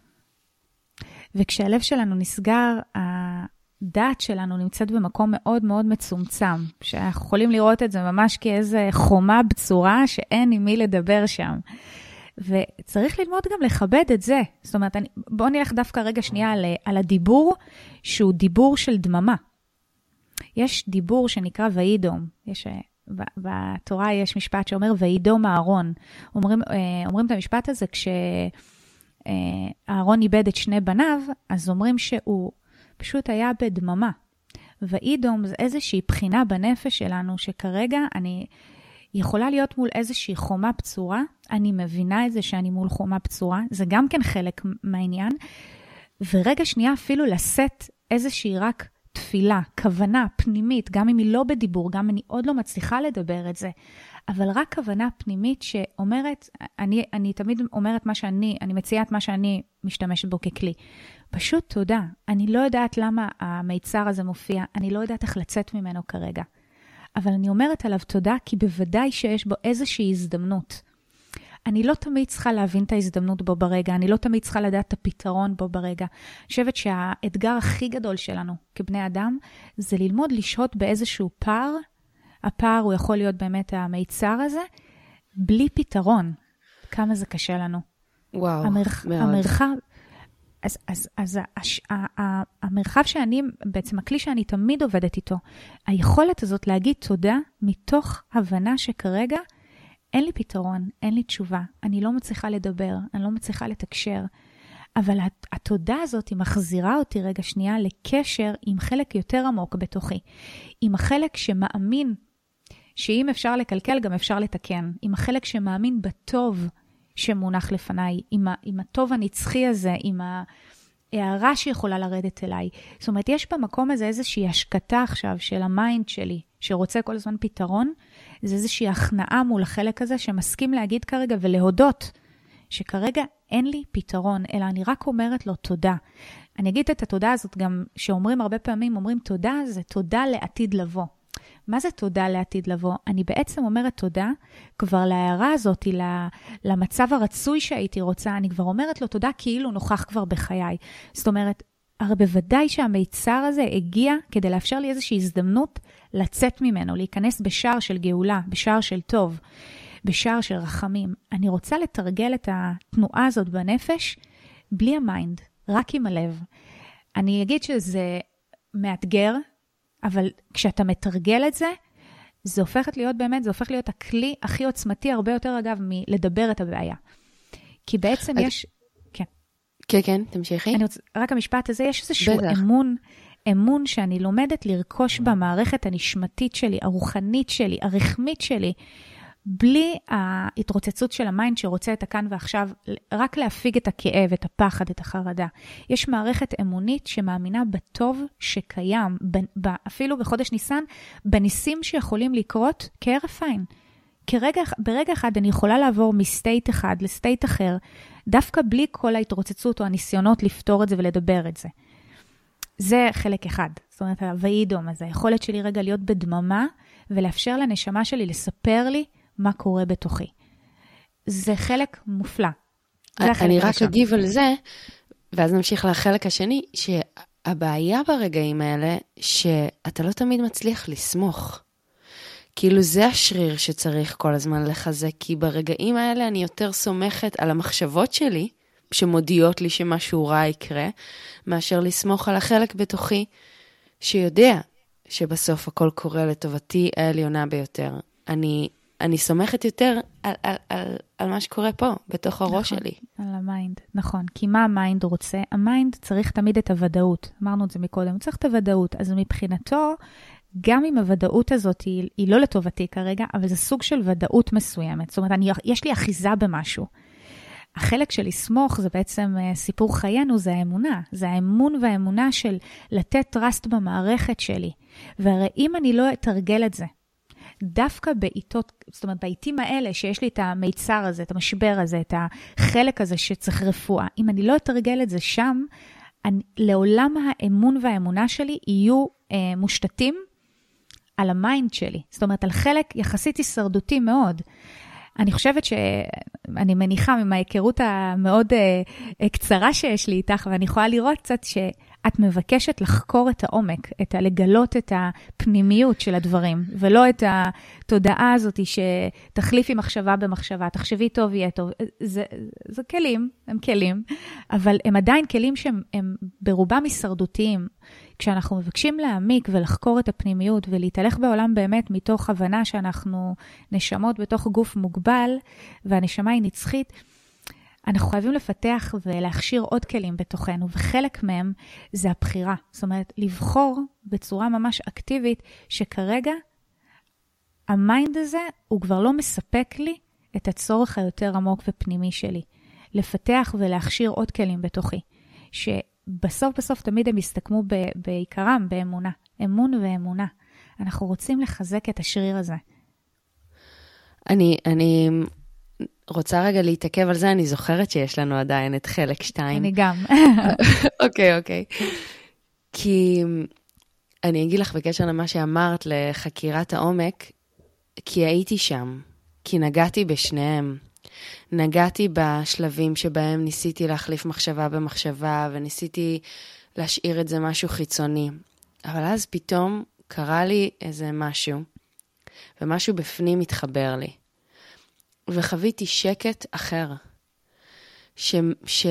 וכשהלב שלנו נסגר, הדעת שלנו נמצאת במקום מאוד מאוד מצומצם, שאנחנו יכולים לראות את זה ממש כאיזה חומה בצורה, שאין עם מי לדבר שם. וצריך ללמוד גם לכבד את זה. זאת אומרת, אני, בואו נלך דווקא רגע שנייה על, על הדיבור, שהוא דיבור של דממה. יש דיבור שנקרא וידום. יש, בתורה יש משפט שאומר וידום הארון. אומרים, אומרים את המשפט הזה, כשהארון איבד את שני בניו, אז אומרים שהוא פשוט היה בדממה. וידום זה איזושהי בחינה בנפש שלנו, שכרגע אני יכולה להיות מול איזושהי חומה פצורה, אני מבינה את זה שאני מול חומה פצורה, זה גם כן חלק מהעניין, ורגע שנייה אפילו לשאת איזושהי רק תפילה, כוונה פנימית, גם אם היא לא בדיבור, גם אם אני עוד לא מצליחה לדבר את זה, אבל רק כוונה פנימית שאומרת, אני, אני תמיד אומרת מה שאני, אני מציעה את מה שאני משתמשת בו ככלי. פשוט תודה, אני לא יודעת למה המיצר הזה מופיע, אני לא יודעת איך לצאת ממנו כרגע. אבל אני אומרת עליו תודה, כי בוודאי שיש בו איזושהי הזדמנות. אני לא תמיד צריכה להבין את ההזדמנות בו ברגע, אני לא תמיד צריכה לדעת את הפתרון בו ברגע. אני חושבת שהאתגר הכי גדול שלנו כבני אדם, זה ללמוד לשהות באיזשהו פער, הפער הוא יכול להיות באמת המיצר הזה, בלי פתרון. כמה זה קשה לנו. וואו, המרח... מאוד. המרחב... אז, אז, אז הש, ה, ה, המרחב שאני, בעצם הכלי שאני תמיד עובדת איתו, היכולת הזאת להגיד תודה מתוך הבנה שכרגע אין לי פתרון, אין לי תשובה, אני לא מצליחה לדבר, אני לא מצליחה לתקשר, אבל התודה הזאת היא מחזירה אותי רגע שנייה לקשר עם חלק יותר עמוק בתוכי, עם החלק שמאמין שאם אפשר לקלקל גם אפשר לתקן, עם החלק שמאמין בטוב, שמונח לפניי, עם, ה, עם הטוב הנצחי הזה, עם ההערה שיכולה לרדת אליי. זאת אומרת, יש במקום הזה איזושהי השקטה עכשיו של המיינד שלי, שרוצה כל הזמן פתרון, זה איזושהי הכנעה מול החלק הזה, שמסכים להגיד כרגע ולהודות, שכרגע אין לי פתרון, אלא אני רק אומרת לו תודה. אני אגיד את התודה הזאת גם, שאומרים הרבה פעמים, אומרים תודה, זה תודה לעתיד לבוא. מה זה תודה לעתיד לבוא? אני בעצם אומרת תודה, כבר להערה הזאת, למצב הרצוי שהייתי רוצה, אני כבר אומרת לו תודה כאילו נוכח כבר בחיי. זאת אומרת, הרי בוודאי שהמיצר הזה הגיע כדי לאפשר לי איזושהי הזדמנות לצאת ממנו, להיכנס בשער של גאולה, בשער של טוב, בשער של רחמים. אני רוצה לתרגל את התנועה הזאת בנפש, בלי המיינד, רק עם הלב. אני אגיד שזה מאתגר, אבל כשאתה מתרגל את זה, זה הופכת להיות באמת, זה הופך להיות הכלי הכי עוצמתי, הרבה יותר אגב, מלדבר את הבעיה. כי בעצם אז... יש... כן. כן, כן, תמשיכי. אני רוצה, רק המשפט הזה, יש איזשהו בטח. אמון, אמון שאני לומדת לרכוש במערכת הנשמתית שלי, הרוחנית שלי, הרחמית שלי, בלי ההתרוצצות של המיינד שרוצה את הכאן ועכשיו, רק להפיג את הכאב, את הפחד, את החרדה. יש מערכת אמונית שמאמינה בטוב שקיים, אפילו בחודש ניסן, בניסים שיכולים לקרות כהרף עין. כרגע, ברגע אחד אני יכולה לעבור מסטייט אחד לסטייט אחר, דווקא בלי כל ההתרוצצות או הניסיונות לפתור את זה ולדבר את זה. זה חלק אחד. זאת אומרת, הוואידום הזה, היכולת שלי רגע להיות בדממה, ולאפשר לנשמה שלי לספר לי מה קורה בתוכי. זה חלק מופלא. זה החלק אני רק הראשון. אגיב על זה, ואז נמשיך לחלק השני, שהבעיה ברגעים האלה, שאתה לא תמיד מצליח לסמוך. כאילו זה השריר שצריך כל הזמן לחזק, כי ברגעים האלה אני יותר סומכת על המחשבות שלי, שמודיעות לי שמשהו רע יקרה, מאשר לסמוך על החלק בתוכי, שיודע שבסוף הכל קורה לטובתי העליונה ביותר. אני, אני סומכת יותר על, על, על, על מה שקורה פה, בתוך הראש נכון, שלי. על המיינד, נכון. כי מה המיינד רוצה? המיינד צריך תמיד את הוודאות. אמרנו את זה מקודם, הוא צריך את הוודאות. אז מבחינתו, גם אם הוודאות הזאת היא, היא לא לטובתי כרגע, אבל זה סוג של ודאות מסוימת. זאת אומרת, אני, יש לי אחיזה במשהו. החלק של לסמוך, זה בעצם סיפור חיינו, זה האמונה. זה האמון והאמונה של לתת טרסט במערכת שלי. והרי אם אני לא אתרגל את זה, דווקא בעיתות, זאת אומרת, בעיתים האלה שיש לי את המיצר הזה, את המשבר הזה, את החלק הזה שצריך רפואה, אם אני לא אתרגל את זה שם, אני, לעולם האמון והאמונה שלי יהיו אה, מושתתים על המיינד שלי. זאת אומרת, על חלק יחסית הישרדותי מאוד. אני חושבת שאני מניחה מההיכרות המאוד uh, קצרה שיש לי איתך, ואני יכולה לראות קצת שאת מבקשת לחקור את העומק, את לגלות את הפנימיות של הדברים, ולא את התודעה הזאת שתחליפי מחשבה במחשבה, תחשבי טוב, יהיה טוב. זה, זה כלים, הם כלים, אבל הם עדיין כלים שהם הם ברובם הישרדותיים. כשאנחנו מבקשים להעמיק ולחקור את הפנימיות ולהתהלך בעולם באמת מתוך הבנה שאנחנו נשמות בתוך גוף מוגבל והנשמה היא נצחית, אנחנו חייבים לפתח ולהכשיר עוד כלים בתוכנו, וחלק מהם זה הבחירה. זאת אומרת, לבחור בצורה ממש אקטיבית שכרגע המיינד הזה הוא כבר לא מספק לי את הצורך היותר עמוק ופנימי שלי. לפתח ולהכשיר עוד כלים בתוכי, ש... בסוף בסוף תמיד הם יסתכמו ב- בעיקרם, באמונה. אמון ואמונה. אנחנו רוצים לחזק את השריר הזה. אני, אני רוצה רגע להתעכב על זה, אני זוכרת שיש לנו עדיין את חלק שתיים. אני גם. אוקיי, אוקיי. כי אני אגיד לך בקשר למה שאמרת לחקירת העומק, כי הייתי שם, כי נגעתי בשניהם. נגעתי בשלבים שבהם ניסיתי להחליף מחשבה במחשבה, וניסיתי להשאיר את זה משהו חיצוני. אבל אז פתאום קרה לי איזה משהו, ומשהו בפנים התחבר לי. וחוויתי שקט אחר, ש, ש,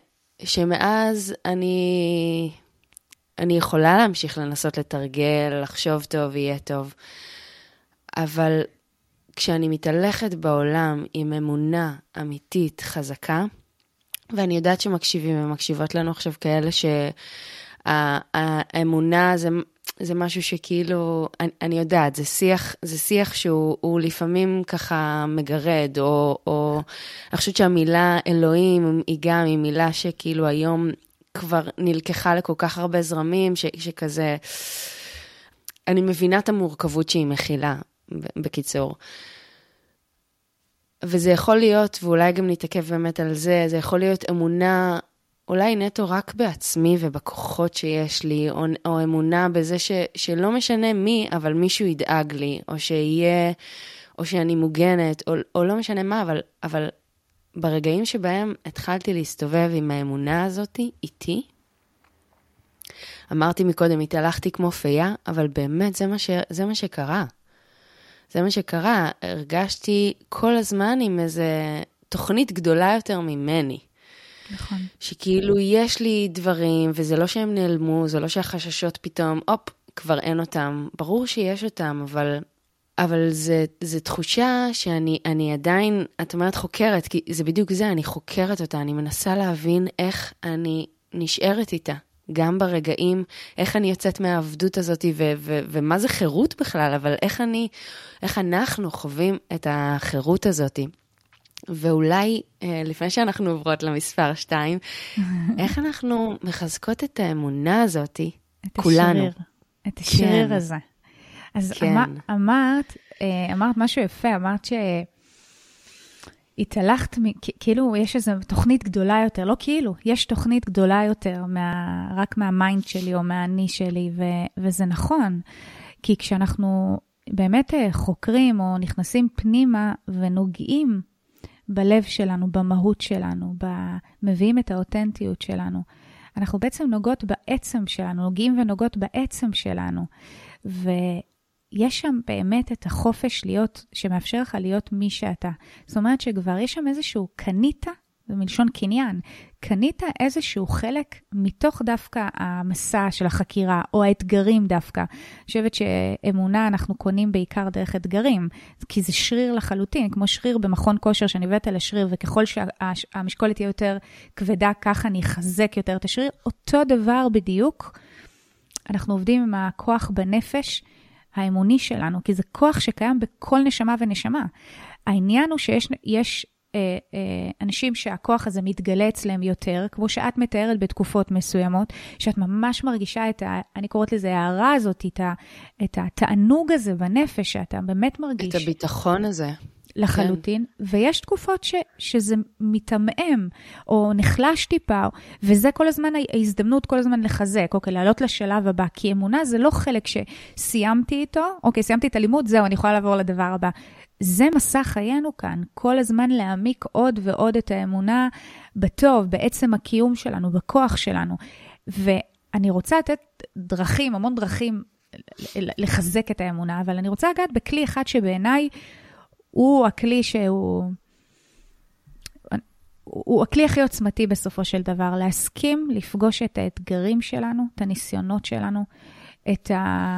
שמאז אני, אני יכולה להמשיך לנסות לתרגל, לחשוב טוב, יהיה טוב. אבל כשאני מתהלכת בעולם עם אמונה אמיתית חזקה, ואני יודעת שמקשיבים ומקשיבות לנו עכשיו כאלה שהאמונה זה, זה משהו שכאילו, אני, אני יודעת, זה שיח, זה שיח שהוא לפעמים ככה מגרד, או, או אני חושבת שהמילה אלוהים היא גם, היא מילה שכאילו היום כבר נלקחה לכל כך הרבה זרמים, ש, שכזה, אני מבינה את המורכבות שהיא מכילה, בקיצור. וזה יכול להיות, ואולי גם נתעכב באמת על זה, זה יכול להיות אמונה, אולי נטו רק בעצמי ובכוחות שיש לי, או, או אמונה בזה ש, שלא משנה מי, אבל מישהו ידאג לי, או שיהיה, או שאני מוגנת, או, או לא משנה מה, אבל, אבל ברגעים שבהם התחלתי להסתובב עם האמונה הזאת איתי, אמרתי מקודם, התהלכתי כמו פיה, אבל באמת זה מה, ש, זה מה שקרה. זה מה שקרה, הרגשתי כל הזמן עם איזה תוכנית גדולה יותר ממני. נכון. שכאילו יש לי דברים, וזה לא שהם נעלמו, זה לא שהחששות פתאום, אופ, כבר אין אותם. ברור שיש אותם, אבל, אבל זה, זה תחושה שאני אני עדיין, את אומרת חוקרת, כי זה בדיוק זה, אני חוקרת אותה, אני מנסה להבין איך אני נשארת איתה. גם ברגעים, איך אני יוצאת מהעבדות הזאת, ו- ו- ומה זה חירות בכלל, אבל איך אני, איך אנחנו חווים את החירות הזאת. ואולי, לפני שאנחנו עוברות למספר שתיים, איך אנחנו מחזקות את האמונה הזאת, את כולנו. השריר, את השריר כן. הזה. אז כן. אמר, אמרת, אמרת משהו יפה, אמרת ש... התהלכת, כאילו יש איזו תוכנית גדולה יותר, לא כאילו, יש תוכנית גדולה יותר מה, רק מהמיינד שלי או מהאני שלי, ו, וזה נכון, כי כשאנחנו באמת חוקרים או נכנסים פנימה ונוגעים בלב שלנו, במהות שלנו, מביאים את האותנטיות שלנו, אנחנו בעצם נוגעות בעצם שלנו, נוגעים ונוגעות בעצם שלנו, ו... יש שם באמת את החופש להיות, שמאפשר לך להיות מי שאתה. זאת אומרת שכבר יש שם איזשהו קנית, במלשון קניין, קנית איזשהו חלק מתוך דווקא המסע של החקירה, או האתגרים דווקא. אני חושבת שאמונה אנחנו קונים בעיקר דרך אתגרים, כי זה שריר לחלוטין, כמו שריר במכון כושר שאני הבאת על השריר, וככל שהמשקולת תהיה יותר כבדה, ככה אני אחזק יותר את השריר. אותו דבר בדיוק, אנחנו עובדים עם הכוח בנפש, האמוני שלנו, כי זה כוח שקיים בכל נשמה ונשמה. העניין הוא שיש יש, אה, אה, אנשים שהכוח הזה מתגלה אצלם יותר, כמו שאת מתארת בתקופות מסוימות, שאת ממש מרגישה את ה... אני קוראת לזה הערה הזאת, את, ה, את התענוג הזה בנפש, שאתה באמת מרגיש. את הביטחון הזה. לחלוטין, כן. ויש תקופות ש, שזה מתאמם, או נחלש טיפה, וזה כל הזמן ההזדמנות, כל הזמן לחזק, אוקיי, לעלות לשלב הבא, כי אמונה זה לא חלק שסיימתי איתו, אוקיי, סיימתי את הלימוד, זהו, אני יכולה לעבור לדבר הבא. זה מסע חיינו כאן, כל הזמן להעמיק עוד ועוד את האמונה בטוב, בעצם הקיום שלנו, בכוח שלנו, ואני רוצה לתת דרכים, המון דרכים לחזק את האמונה, אבל אני רוצה לגעת בכלי אחד שבעיניי, הוא הכלי שהוא, הוא הכלי הכי עוצמתי בסופו של דבר, להסכים לפגוש את האתגרים שלנו, את הניסיונות שלנו, את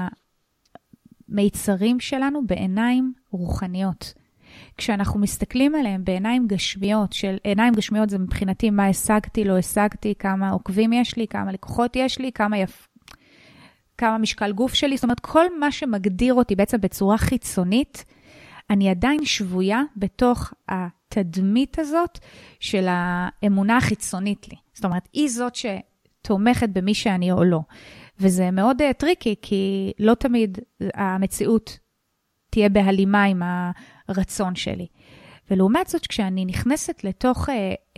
המיצרים שלנו בעיניים רוחניות. כשאנחנו מסתכלים עליהם בעיניים גשמיות, של עיניים גשמיות זה מבחינתי מה השגתי, לא השגתי, כמה עוקבים יש לי, כמה לקוחות יש לי, כמה יפ... כמה משקל גוף שלי, זאת אומרת כל מה שמגדיר אותי בעצם בצורה חיצונית, אני עדיין שבויה בתוך התדמית הזאת של האמונה החיצונית לי. זאת אומרת, היא זאת שתומכת במי שאני או לא. וזה מאוד uh, טריקי, כי לא תמיד המציאות תהיה בהלימה עם הרצון שלי. ולעומת זאת, כשאני נכנסת לתוך... Uh, uh,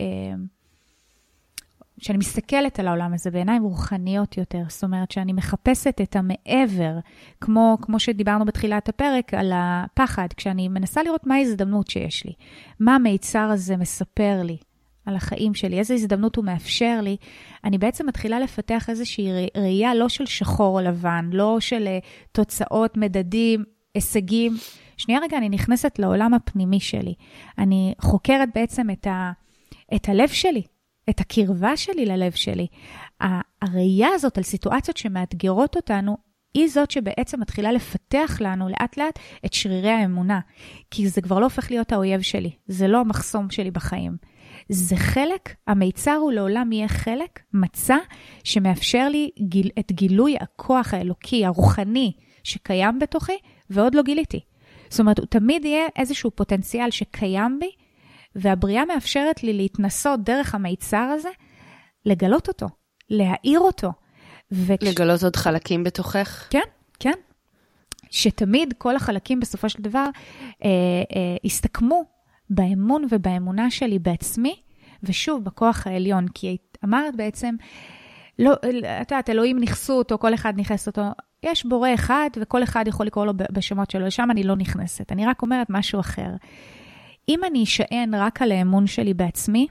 שאני מסתכלת על העולם הזה בעיניים רוחניות יותר, זאת אומרת שאני מחפשת את המעבר, כמו, כמו שדיברנו בתחילת הפרק על הפחד, כשאני מנסה לראות מה ההזדמנות שיש לי, מה המיצר הזה מספר לי על החיים שלי, איזו הזדמנות הוא מאפשר לי, אני בעצם מתחילה לפתח איזושהי ראייה לא של שחור או לבן, לא של תוצאות, מדדים, הישגים. שנייה רגע, אני נכנסת לעולם הפנימי שלי, אני חוקרת בעצם את, ה, את הלב שלי, את הקרבה שלי ללב שלי. הראייה הזאת על סיטואציות שמאתגרות אותנו, היא זאת שבעצם מתחילה לפתח לנו לאט לאט את שרירי האמונה. כי זה כבר לא הופך להיות האויב שלי. זה לא המחסום שלי בחיים. זה חלק, המיצר הוא לעולם יהיה חלק, מצע, שמאפשר לי גיל, את גילוי הכוח האלוקי, הרוחני, שקיים בתוכי, ועוד לא גיליתי. זאת אומרת, הוא תמיד יהיה איזשהו פוטנציאל שקיים בי, והבריאה מאפשרת לי להתנסות דרך המיצר הזה, לגלות אותו, להאיר אותו. וכש... לגלות עוד חלקים בתוכך? כן, כן. שתמיד כל החלקים בסופו של דבר אה, אה, הסתכמו באמון ובאמונה שלי בעצמי, ושוב, בכוח העליון, כי אמרת בעצם, לא, את יודעת, אלוהים נכסו אותו, כל אחד נכנס אותו, יש בורא אחד, וכל אחד יכול לקרוא לו בשמות שלו, לשם אני לא נכנסת, אני רק אומרת משהו אחר. אם אני אשען רק על האמון שלי בעצמי,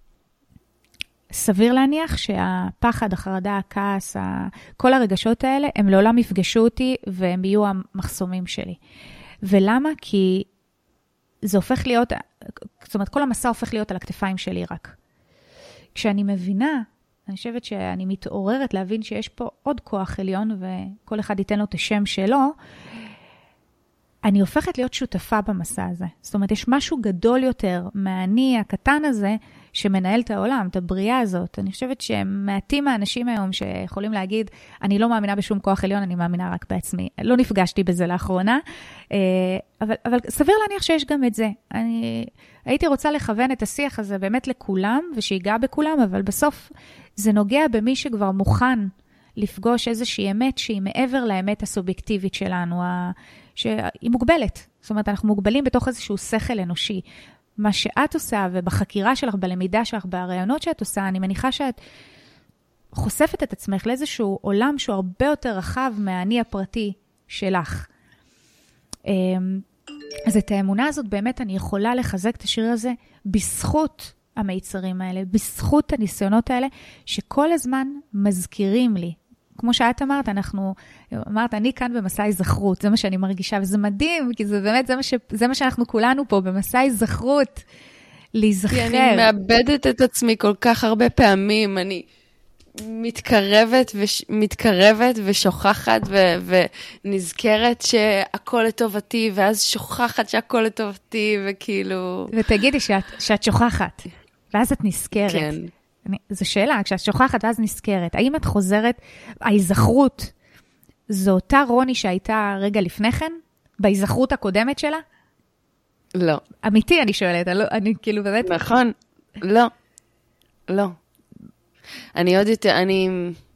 סביר להניח שהפחד, החרדה, הכעס, כל הרגשות האלה, הם לעולם יפגשו אותי, והם יהיו המחסומים שלי. ולמה? כי זה הופך להיות, זאת אומרת, כל המסע הופך להיות על הכתפיים שלי רק. כשאני מבינה, אני חושבת שאני מתעוררת להבין שיש פה עוד כוח עליון, וכל אחד ייתן לו את השם שלו, אני הופכת להיות שותפה במסע הזה. זאת אומרת, יש משהו גדול יותר מהאני הקטן הזה, שמנהל את העולם, את הבריאה הזאת. אני חושבת שמעטים האנשים היום שיכולים להגיד, אני לא מאמינה בשום כוח עליון, אני מאמינה רק בעצמי. לא נפגשתי בזה לאחרונה, אבל, אבל סביר להניח שיש גם את זה. אני הייתי רוצה לכוון את השיח הזה באמת לכולם, ושיגע בכולם, אבל בסוף זה נוגע במי שכבר מוכן לפגוש איזושהי אמת, שהיא מעבר לאמת הסובייקטיבית שלנו, שהיא מוגבלת. זאת אומרת, אנחנו מוגבלים בתוך איזשהו שכל אנושי. מה שאת עושה, ובחקירה שלך, בלמידה שלך, ברעיונות שאת עושה, אני מניחה שאת חושפת את עצמך לאיזשהו עולם שהוא הרבה יותר רחב מהאני הפרטי שלך. אז את האמונה הזאת באמת אני יכולה לחזק את השיר הזה בזכות המיצרים האלה, בזכות הניסיונות האלה, שכל הזמן מזכירים לי. כמו שאת אמרת, אנחנו, אמרת, אני כאן במסע היזכרות, זה מה שאני מרגישה, וזה מדהים, כי זה באמת, זה מה, ש, זה מה שאנחנו כולנו פה, במסע היזכרות, להיזכר. אני מאבדת את עצמי כל כך הרבה פעמים, אני מתקרבת, וש, מתקרבת ושוכחת, ו, ונזכרת שהכל לטובתי, ואז שוכחת שהכל לטובתי, וכאילו... ותגידי שאת, שאת שוכחת, ואז את נזכרת. כן. זו שאלה, כשאת שוכחת ואז נזכרת, האם את חוזרת, ההיזכרות, זו אותה רוני שהייתה רגע לפני כן, בהיזכרות הקודמת שלה? לא. אמיתי, אני שואלת, אני, אני כאילו באמת... נכון, לא, לא. אני עוד יותר, אני...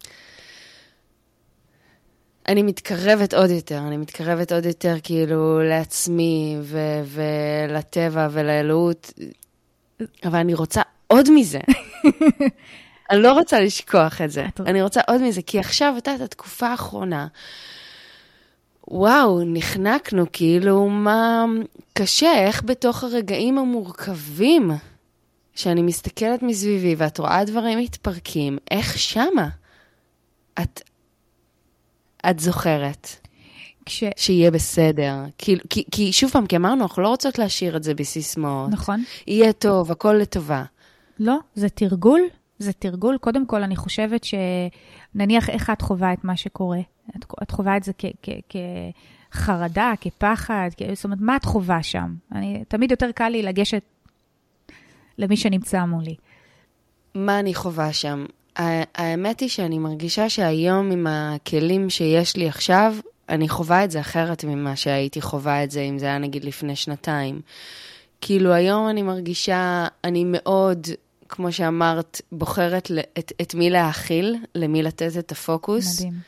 אני מתקרבת עוד יותר, אני מתקרבת עוד יותר כאילו לעצמי ו- ולטבע ולאלוהות, אבל אני רוצה עוד מזה. אני לא רוצה לשכוח את זה. אני רוצה עוד מזה, כי עכשיו, אתה יודעת, התקופה האחרונה, וואו, נחנקנו, כאילו, מה קשה, איך בתוך הרגעים המורכבים, שאני מסתכלת מסביבי, ואת רואה דברים מתפרקים, איך שמה את, את זוכרת כש... שיהיה בסדר. כי, כי, כי שוב פעם, כי אמרנו, אנחנו לא רוצות להשאיר את זה בסיסמאות. נכון. יהיה טוב, הכל לטובה. לא, זה תרגול, זה תרגול. קודם כל, אני חושבת שנניח איך את חווה את מה שקורה. את, את חווה את זה כ, כ, כחרדה, כפחד, כ, זאת אומרת, מה את חווה שם? אני, תמיד יותר קל לי לגשת למי שנמצא מולי. מה אני חווה שם? האמת היא שאני מרגישה שהיום עם הכלים שיש לי עכשיו, אני חווה את זה אחרת ממה שהייתי חווה את זה, אם זה היה נגיד לפני שנתיים. כאילו היום אני מרגישה, אני מאוד, כמו שאמרת, בוחרת את, את מי להאכיל, למי לתת את הפוקוס. מדהים.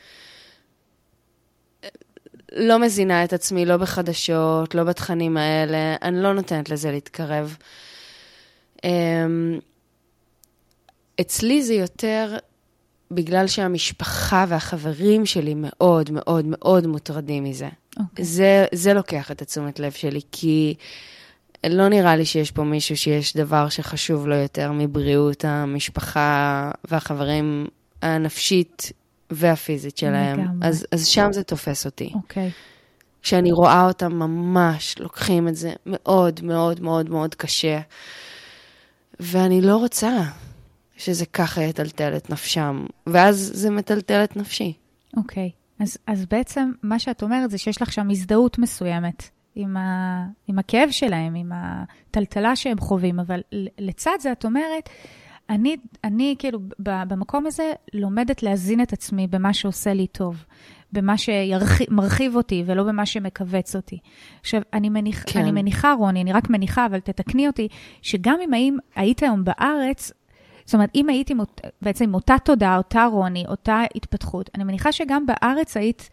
לא מזינה את עצמי, לא בחדשות, לא בתכנים האלה, אני לא נותנת לזה להתקרב. אצלי זה יותר בגלל שהמשפחה והחברים שלי מאוד מאוד מאוד מוטרדים מזה. Okay. זה, זה לוקח את התשומת לב שלי, כי לא נראה לי שיש פה מישהו שיש דבר שחשוב לו יותר מבריאות המשפחה והחברים הנפשית והפיזית שלהם. אז, אז שם זה תופס אותי. אוקיי. Okay. כשאני רואה אותם ממש לוקחים את זה מאוד מאוד מאוד מאוד קשה. ואני לא רוצה שזה ככה יטלטל את נפשם. ואז זה מטלטל את נפשי. אוקיי. Okay. אז, אז בעצם מה שאת אומרת זה שיש לך שם הזדהות מסוימת. עם, ה, עם הכאב שלהם, עם הטלטלה שהם חווים, אבל לצד זה את אומרת, אני, אני כאילו במקום הזה לומדת להזין את עצמי במה שעושה לי טוב, במה שמרחיב אותי ולא במה שמקווץ אותי. עכשיו, אני, מניח, כן. אני מניחה, רוני, אני רק מניחה, אבל תתקני אותי, שגם אם היית, היית היום בארץ, זאת אומרת, אם הייתי בעצם עם אותה תודעה, אותה רוני, אותה התפתחות, אני מניחה שגם בארץ היית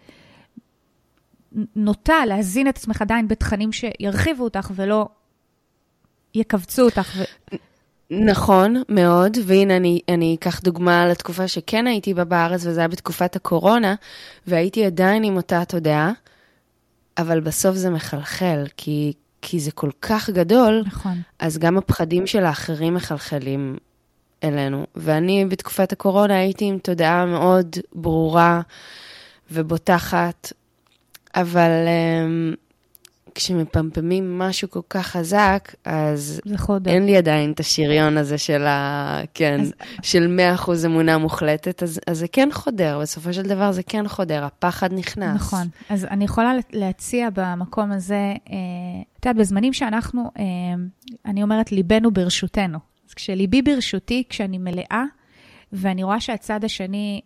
נוטה להזין את עצמך עדיין בתכנים שירחיבו אותך ולא יקבצו אותך. ו... נכון, מאוד, והנה אני, אני אקח דוגמה לתקופה שכן הייתי בה בארץ, וזה היה בתקופת הקורונה, והייתי עדיין עם אותה תודעה, אבל בסוף זה מחלחל, כי, כי זה כל כך גדול, נכון. אז גם הפחדים של האחרים מחלחלים אלינו. ואני בתקופת הקורונה הייתי עם תודעה מאוד ברורה ובוטחת, אבל um, כשמפמפמים משהו כל כך חזק, אז אין לי עדיין את השריון הזה של, ה, כן, אז... של מאה אחוז אמונה מוחלטת, אז, אז זה כן חודר, בסופו של דבר זה כן חודר, הפחד נכנס. נכון, אז אני יכולה להציע במקום הזה, את יודעת, בזמנים שאנחנו, אני אומרת, ליבנו ברשותנו. אז כשליבי ברשותי, כשאני מלאה, ואני רואה שהצד השני,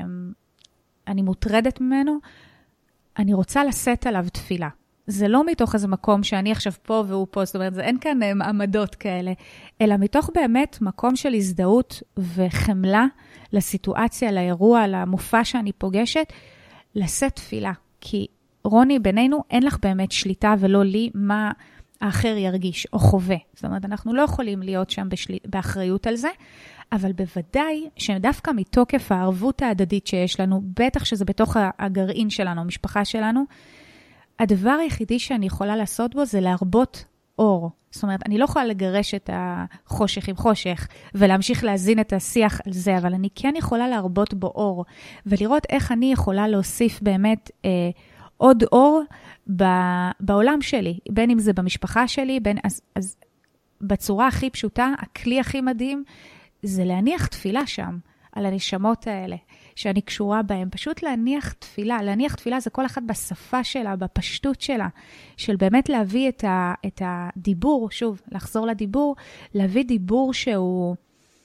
אני מוטרדת ממנו, אני רוצה לשאת עליו תפילה. זה לא מתוך איזה מקום שאני עכשיו פה והוא פה, זאת אומרת, זה אין כאן מעמדות כאלה, אלא מתוך באמת מקום של הזדהות וחמלה לסיטואציה, לאירוע, למופע שאני פוגשת, לשאת תפילה. כי רוני, בינינו, אין לך באמת שליטה ולא לי מה האחר ירגיש או חווה. זאת אומרת, אנחנו לא יכולים להיות שם בשל... באחריות על זה, אבל בוודאי שדווקא מתוקף הערבות ההדדית שיש לנו, בטח שזה בתוך הגרעין שלנו, המשפחה שלנו, הדבר היחידי שאני יכולה לעשות בו זה להרבות אור. זאת אומרת, אני לא יכולה לגרש את החושך עם חושך ולהמשיך להזין את השיח על זה, אבל אני כן יכולה להרבות בו אור, ולראות איך אני יכולה להוסיף באמת אה, עוד אור ב- בעולם שלי, בין אם זה במשפחה שלי, בין, אז, אז בצורה הכי פשוטה, הכלי הכי מדהים, זה להניח תפילה שם, על הנשמות האלה, שאני קשורה בהם. פשוט להניח תפילה. להניח תפילה זה כל אחד בשפה שלה, בפשטות שלה, של באמת להביא את, ה, את הדיבור, שוב, לחזור לדיבור, להביא דיבור שהוא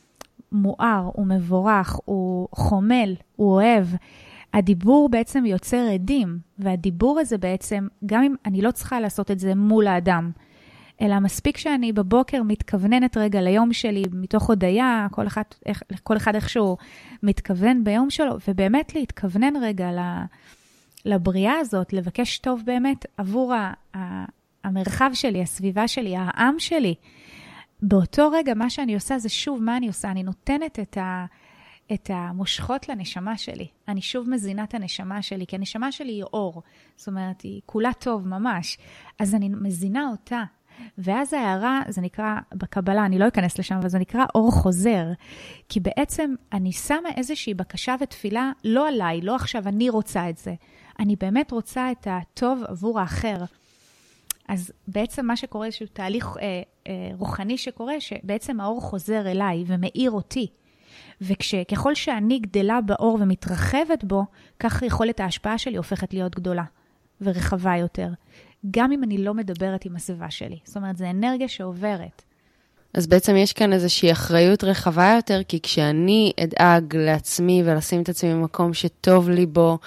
מואר, הוא מבורך, הוא חומל, הוא אוהב. הדיבור בעצם יוצר עדים, והדיבור הזה בעצם, גם אם אני לא צריכה לעשות את זה מול האדם, אלא מספיק שאני בבוקר מתכווננת רגע ליום שלי, מתוך הודיה, כל אחד, כל אחד איכשהו מתכוון ביום שלו, ובאמת להתכוונן רגע לבריאה הזאת, לבקש טוב באמת עבור המרחב שלי, הסביבה שלי, העם שלי. באותו רגע מה שאני עושה זה שוב, מה אני עושה? אני נותנת את ה... את המושכות לנשמה שלי. אני שוב מזינה את הנשמה שלי, כי הנשמה שלי היא אור. זאת אומרת, היא כולה טוב ממש. אז אני מזינה אותה. ואז ההערה, זה נקרא בקבלה, אני לא אכנס לשם, אבל זה נקרא אור חוזר. כי בעצם אני שמה איזושהי בקשה ותפילה, לא עליי, לא עכשיו אני רוצה את זה. אני באמת רוצה את הטוב עבור האחר. אז בעצם מה שקורה, איזשהו תהליך אה, אה, רוחני שקורה, שבעצם האור חוזר אליי ומאיר אותי. וכשככל שאני גדלה באור ומתרחבת בו, כך יכולת ההשפעה שלי הופכת להיות גדולה ורחבה יותר. גם אם אני לא מדברת עם הסביבה שלי. זאת אומרת, זה אנרגיה שעוברת. אז בעצם יש כאן איזושהי אחריות רחבה יותר, כי כשאני אדאג לעצמי ולשים את עצמי במקום שטוב לי בו,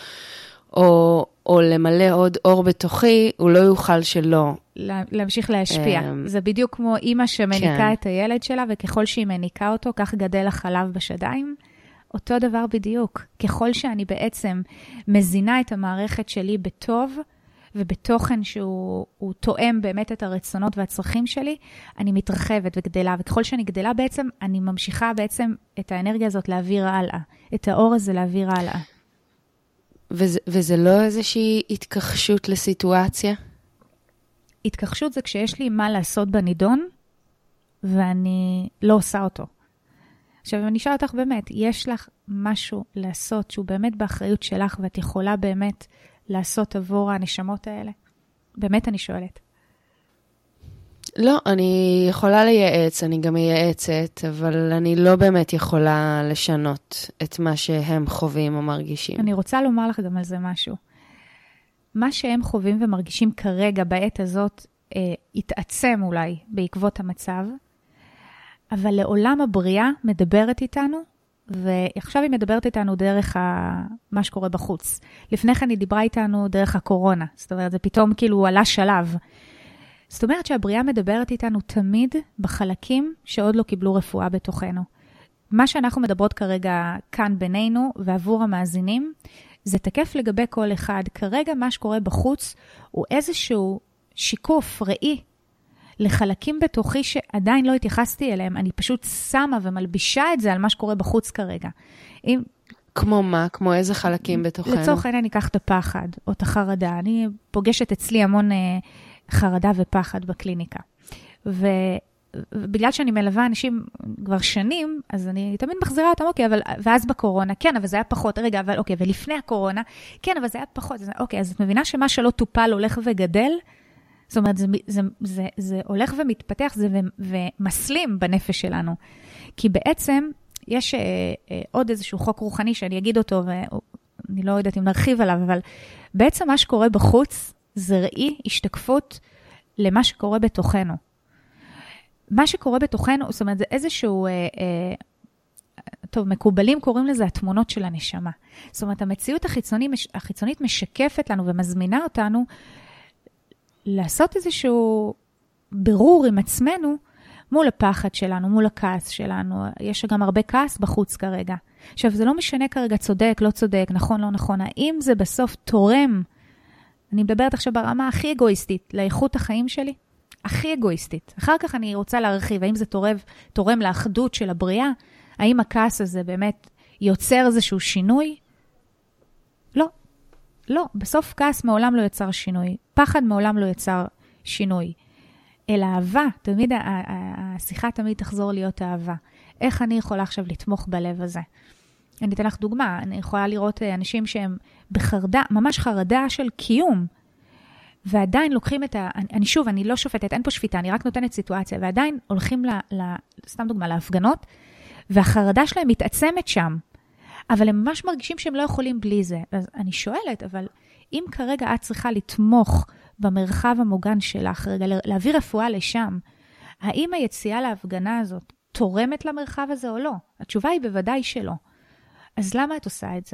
או, או למלא עוד אור בתוכי, הוא לא יוכל שלא. להמשיך להשפיע. זה בדיוק כמו אמא שמניקה את הילד שלה, וככל שהיא מניקה אותו, כך גדל החלב בשדיים. אותו דבר בדיוק. ככל שאני בעצם מזינה את המערכת שלי בטוב, ובתוכן שהוא תואם באמת את הרצונות והצרכים שלי, אני מתרחבת וגדלה, וככל שאני גדלה בעצם, אני ממשיכה בעצם את האנרגיה הזאת להעביר הלאה, את האור הזה להעביר הלאה. וזה, וזה לא איזושהי התכחשות לסיטואציה? התכחשות זה כשיש לי מה לעשות בנידון, ואני לא עושה אותו. עכשיו, אני אשאל אותך באמת, יש לך משהו לעשות שהוא באמת באחריות שלך, ואת יכולה באמת לעשות עבור הנשמות האלה? באמת אני שואלת. לא, אני יכולה לייעץ, אני גם מייעצת, אבל אני לא באמת יכולה לשנות את מה שהם חווים או מרגישים. אני רוצה לומר לך גם על זה משהו. מה שהם חווים ומרגישים כרגע בעת הזאת, אה, יתעצם אולי בעקבות המצב, אבל לעולם הבריאה מדברת איתנו, ועכשיו היא מדברת איתנו דרך ה... מה שקורה בחוץ. לפני כן היא דיברה איתנו דרך הקורונה. זאת אומרת, זה פתאום כאילו עלה שלב. זאת אומרת שהבריאה מדברת איתנו תמיד בחלקים שעוד לא קיבלו רפואה בתוכנו. מה שאנחנו מדברות כרגע כאן בינינו ועבור המאזינים, זה תקף לגבי כל אחד. כרגע מה שקורה בחוץ הוא איזשהו שיקוף ראי לחלקים בתוכי שעדיין לא התייחסתי אליהם, אני פשוט שמה ומלבישה את זה על מה שקורה בחוץ כרגע. אם... כמו מה? כמו איזה חלקים בתוכנו? לצורך העניין אני אקח את הפחד, או את החרדה. אני פוגשת אצלי המון אה, חרדה ופחד בקליניקה. ו... ובגלל שאני מלווה אנשים כבר שנים, אז אני תמיד מחזירה אותם, אוקיי, אבל, ואז בקורונה, כן, אבל זה היה פחות, רגע, אבל אוקיי, ולפני הקורונה, כן, אבל זה היה פחות, אז, אוקיי, אז את מבינה שמה שלא טופל הולך וגדל? זאת אומרת, זה, זה, זה, זה הולך ומתפתח, זה ו, ומסלים בנפש שלנו. כי בעצם, יש אה, אה, עוד איזשהו חוק רוחני שאני אגיד אותו, ואני לא יודעת אם נרחיב עליו, אבל בעצם מה שקורה בחוץ, זה ראי השתקפות למה שקורה בתוכנו. מה שקורה בתוכנו, זאת אומרת, זה איזשהו, אה, אה, טוב, מקובלים קוראים לזה התמונות של הנשמה. זאת אומרת, המציאות החיצונית, החיצונית משקפת לנו ומזמינה אותנו לעשות איזשהו בירור עם עצמנו מול הפחד שלנו, מול הכעס שלנו. יש גם הרבה כעס בחוץ כרגע. עכשיו, זה לא משנה כרגע צודק, לא צודק, נכון, לא נכון. האם זה בסוף תורם, אני מדברת עכשיו ברמה הכי אגואיסטית, לאיכות החיים שלי? הכי אגואיסטית. אחר כך אני רוצה להרחיב, האם זה תורם, תורם לאחדות של הבריאה? האם הכעס הזה באמת יוצר איזשהו שינוי? לא. לא. בסוף כעס מעולם לא יצר שינוי. פחד מעולם לא יצר שינוי. אלא אהבה, תמיד, השיחה תמיד תחזור להיות אהבה. איך אני יכולה עכשיו לתמוך בלב הזה? אני אתן לך דוגמה, אני יכולה לראות אנשים שהם בחרדה, ממש חרדה של קיום, ועדיין לוקחים את ה... אני שוב, אני לא שופטת, אין פה שפיטה, אני רק נותנת סיטואציה, ועדיין הולכים, ל, ל, סתם דוגמה, להפגנות, והחרדה שלהם מתעצמת שם, אבל הם ממש מרגישים שהם לא יכולים בלי זה. אז אני שואלת, אבל אם כרגע את צריכה לתמוך במרחב המוגן שלך, רגע, להביא רפואה לשם, האם היציאה להפגנה הזאת תורמת למרחב הזה או לא? התשובה היא בוודאי שלא. אז למה את עושה את זה?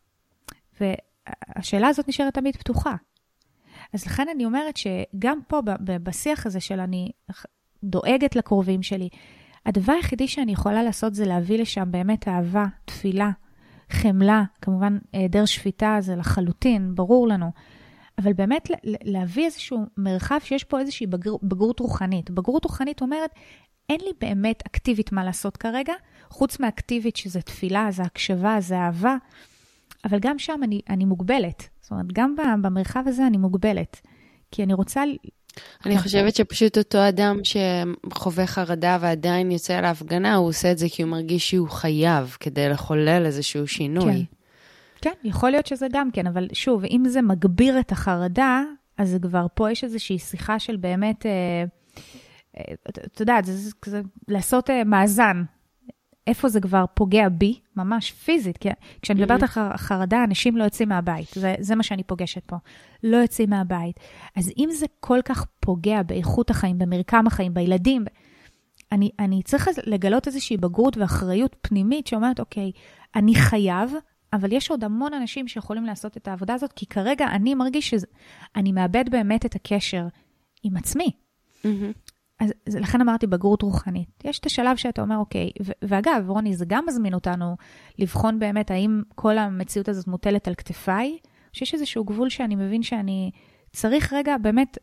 והשאלה הזאת נשארת תמיד פתוחה. אז לכן אני אומרת שגם פה בשיח הזה של אני דואגת לקרובים שלי, הדבר היחידי שאני יכולה לעשות זה להביא לשם באמת אהבה, תפילה, חמלה, כמובן היעדר שפיטה זה לחלוטין, ברור לנו, אבל באמת להביא איזשהו מרחב שיש פה איזושהי בגר, בגרות רוחנית. בגרות רוחנית אומרת, אין לי באמת אקטיבית מה לעשות כרגע, חוץ מאקטיבית שזה תפילה, זה הקשבה, זה אהבה, אבל גם שם אני, אני מוגבלת. זאת אומרת, גם במרחב הזה אני מוגבלת. כי אני רוצה... אני חושבת שפשוט אותו אדם שחווה חרדה ועדיין יוצא להפגנה, הוא עושה את זה כי הוא מרגיש שהוא חייב כדי לחולל איזשהו שינוי. כן. כן, יכול להיות שזה גם כן, אבל שוב, אם זה מגביר את החרדה, אז זה כבר פה יש איזושהי שיחה של באמת, אתה יודע, זה, זה, זה לעשות מאזן. איפה זה כבר פוגע בי, ממש פיזית, כי כשאני מדברת על חרדה, אנשים לא יוצאים מהבית, זה, זה מה שאני פוגשת פה, לא יוצאים מהבית. אז אם זה כל כך פוגע באיכות החיים, במרקם החיים, בילדים, אני, אני צריך לגלות איזושהי בגרות ואחריות פנימית שאומרת, אוקיי, אני חייב, אבל יש עוד המון אנשים שיכולים לעשות את העבודה הזאת, כי כרגע אני מרגיש שאני מאבד באמת את הקשר עם עצמי. אז לכן אמרתי בגרות רוחנית. יש את השלב שאתה אומר, אוקיי, ואגב, רוני, זה גם מזמין אותנו לבחון באמת האם כל המציאות הזאת מוטלת על כתפיי, שיש איזשהו גבול שאני מבין שאני צריך רגע באמת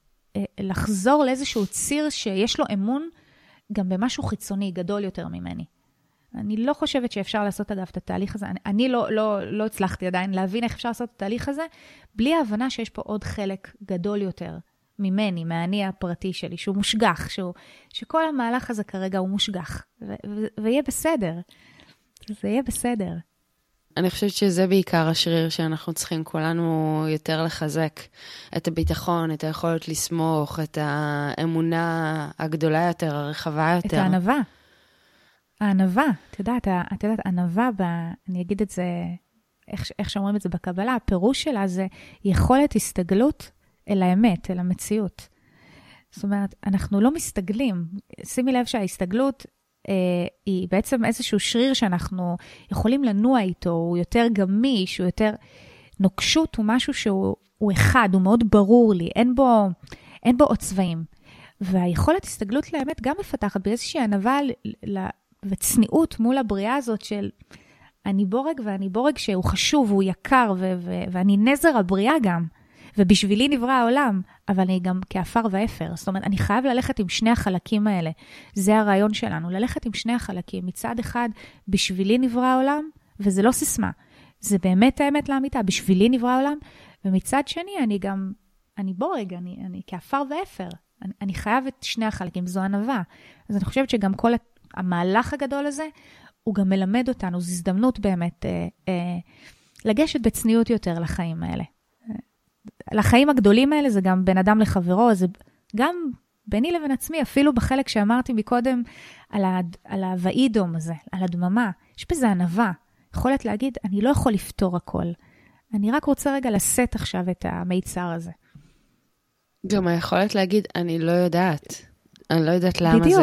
לחזור לאיזשהו ציר שיש לו אמון גם במשהו חיצוני גדול יותר ממני. אני לא חושבת שאפשר לעשות אגב את התהליך הזה, אני, אני לא, לא, לא הצלחתי עדיין להבין איך אפשר לעשות את התהליך הזה, בלי ההבנה שיש פה עוד חלק גדול יותר ממני, מהאני הפרטי שלי, שהוא מושגח, שהוא, שכל המהלך הזה כרגע הוא מושגח, ו- ו- ויהיה בסדר. זה יהיה בסדר. אני חושבת שזה בעיקר השריר שאנחנו צריכים כולנו יותר לחזק, את הביטחון, את היכולת לסמוך, את האמונה הגדולה יותר, הרחבה יותר. את הענווה. הענווה, את יודעת, את יודעת, ענווה, ב, אני אגיד את זה, איך, איך שאומרים את זה בקבלה, הפירוש שלה זה יכולת הסתגלות אל האמת, אל המציאות. זאת אומרת, אנחנו לא מסתגלים. שימי לב שההסתגלות אה, היא בעצם איזשהו שריר שאנחנו יכולים לנוע איתו, הוא יותר גמיש, הוא יותר... נוקשות הוא משהו שהוא הוא אחד, הוא מאוד ברור לי, אין בו, אין בו עוד צבעים. והיכולת הסתגלות לאמת גם מפתחת באיזושהי ענווה ל... וצניעות מול הבריאה הזאת של אני בורג ואני בורג שהוא חשוב, הוא יקר ו- ו- ואני נזר הבריאה גם. ובשבילי נברא העולם, אבל אני גם כאפר ואפר. זאת אומרת, אני חייב ללכת עם שני החלקים האלה. זה הרעיון שלנו, ללכת עם שני החלקים. מצד אחד, בשבילי נברא העולם, וזה לא סיסמה. זה באמת האמת לאמיתה, בשבילי נברא העולם, ומצד שני, אני גם, אני בורג, אני, אני כאפר ואפר. אני, אני חייב את שני החלקים, זו ענווה. אז אני חושבת שגם כל המהלך הגדול הזה, הוא גם מלמד אותנו, זו הזדמנות באמת, אה, אה, לגשת בצניעות יותר לחיים האלה. לחיים הגדולים האלה זה גם בין אדם לחברו, זה גם ביני לבין עצמי, אפילו בחלק שאמרתי מקודם על, ה, על הוואידום הזה, על הדממה, יש בזה ענווה, יכולת להגיד, אני לא יכול לפתור הכל, אני רק רוצה רגע לשאת עכשיו את המיצר הזה. גם היכולת להגיד, אני לא יודעת, אני לא יודעת למה בדיוק. זה.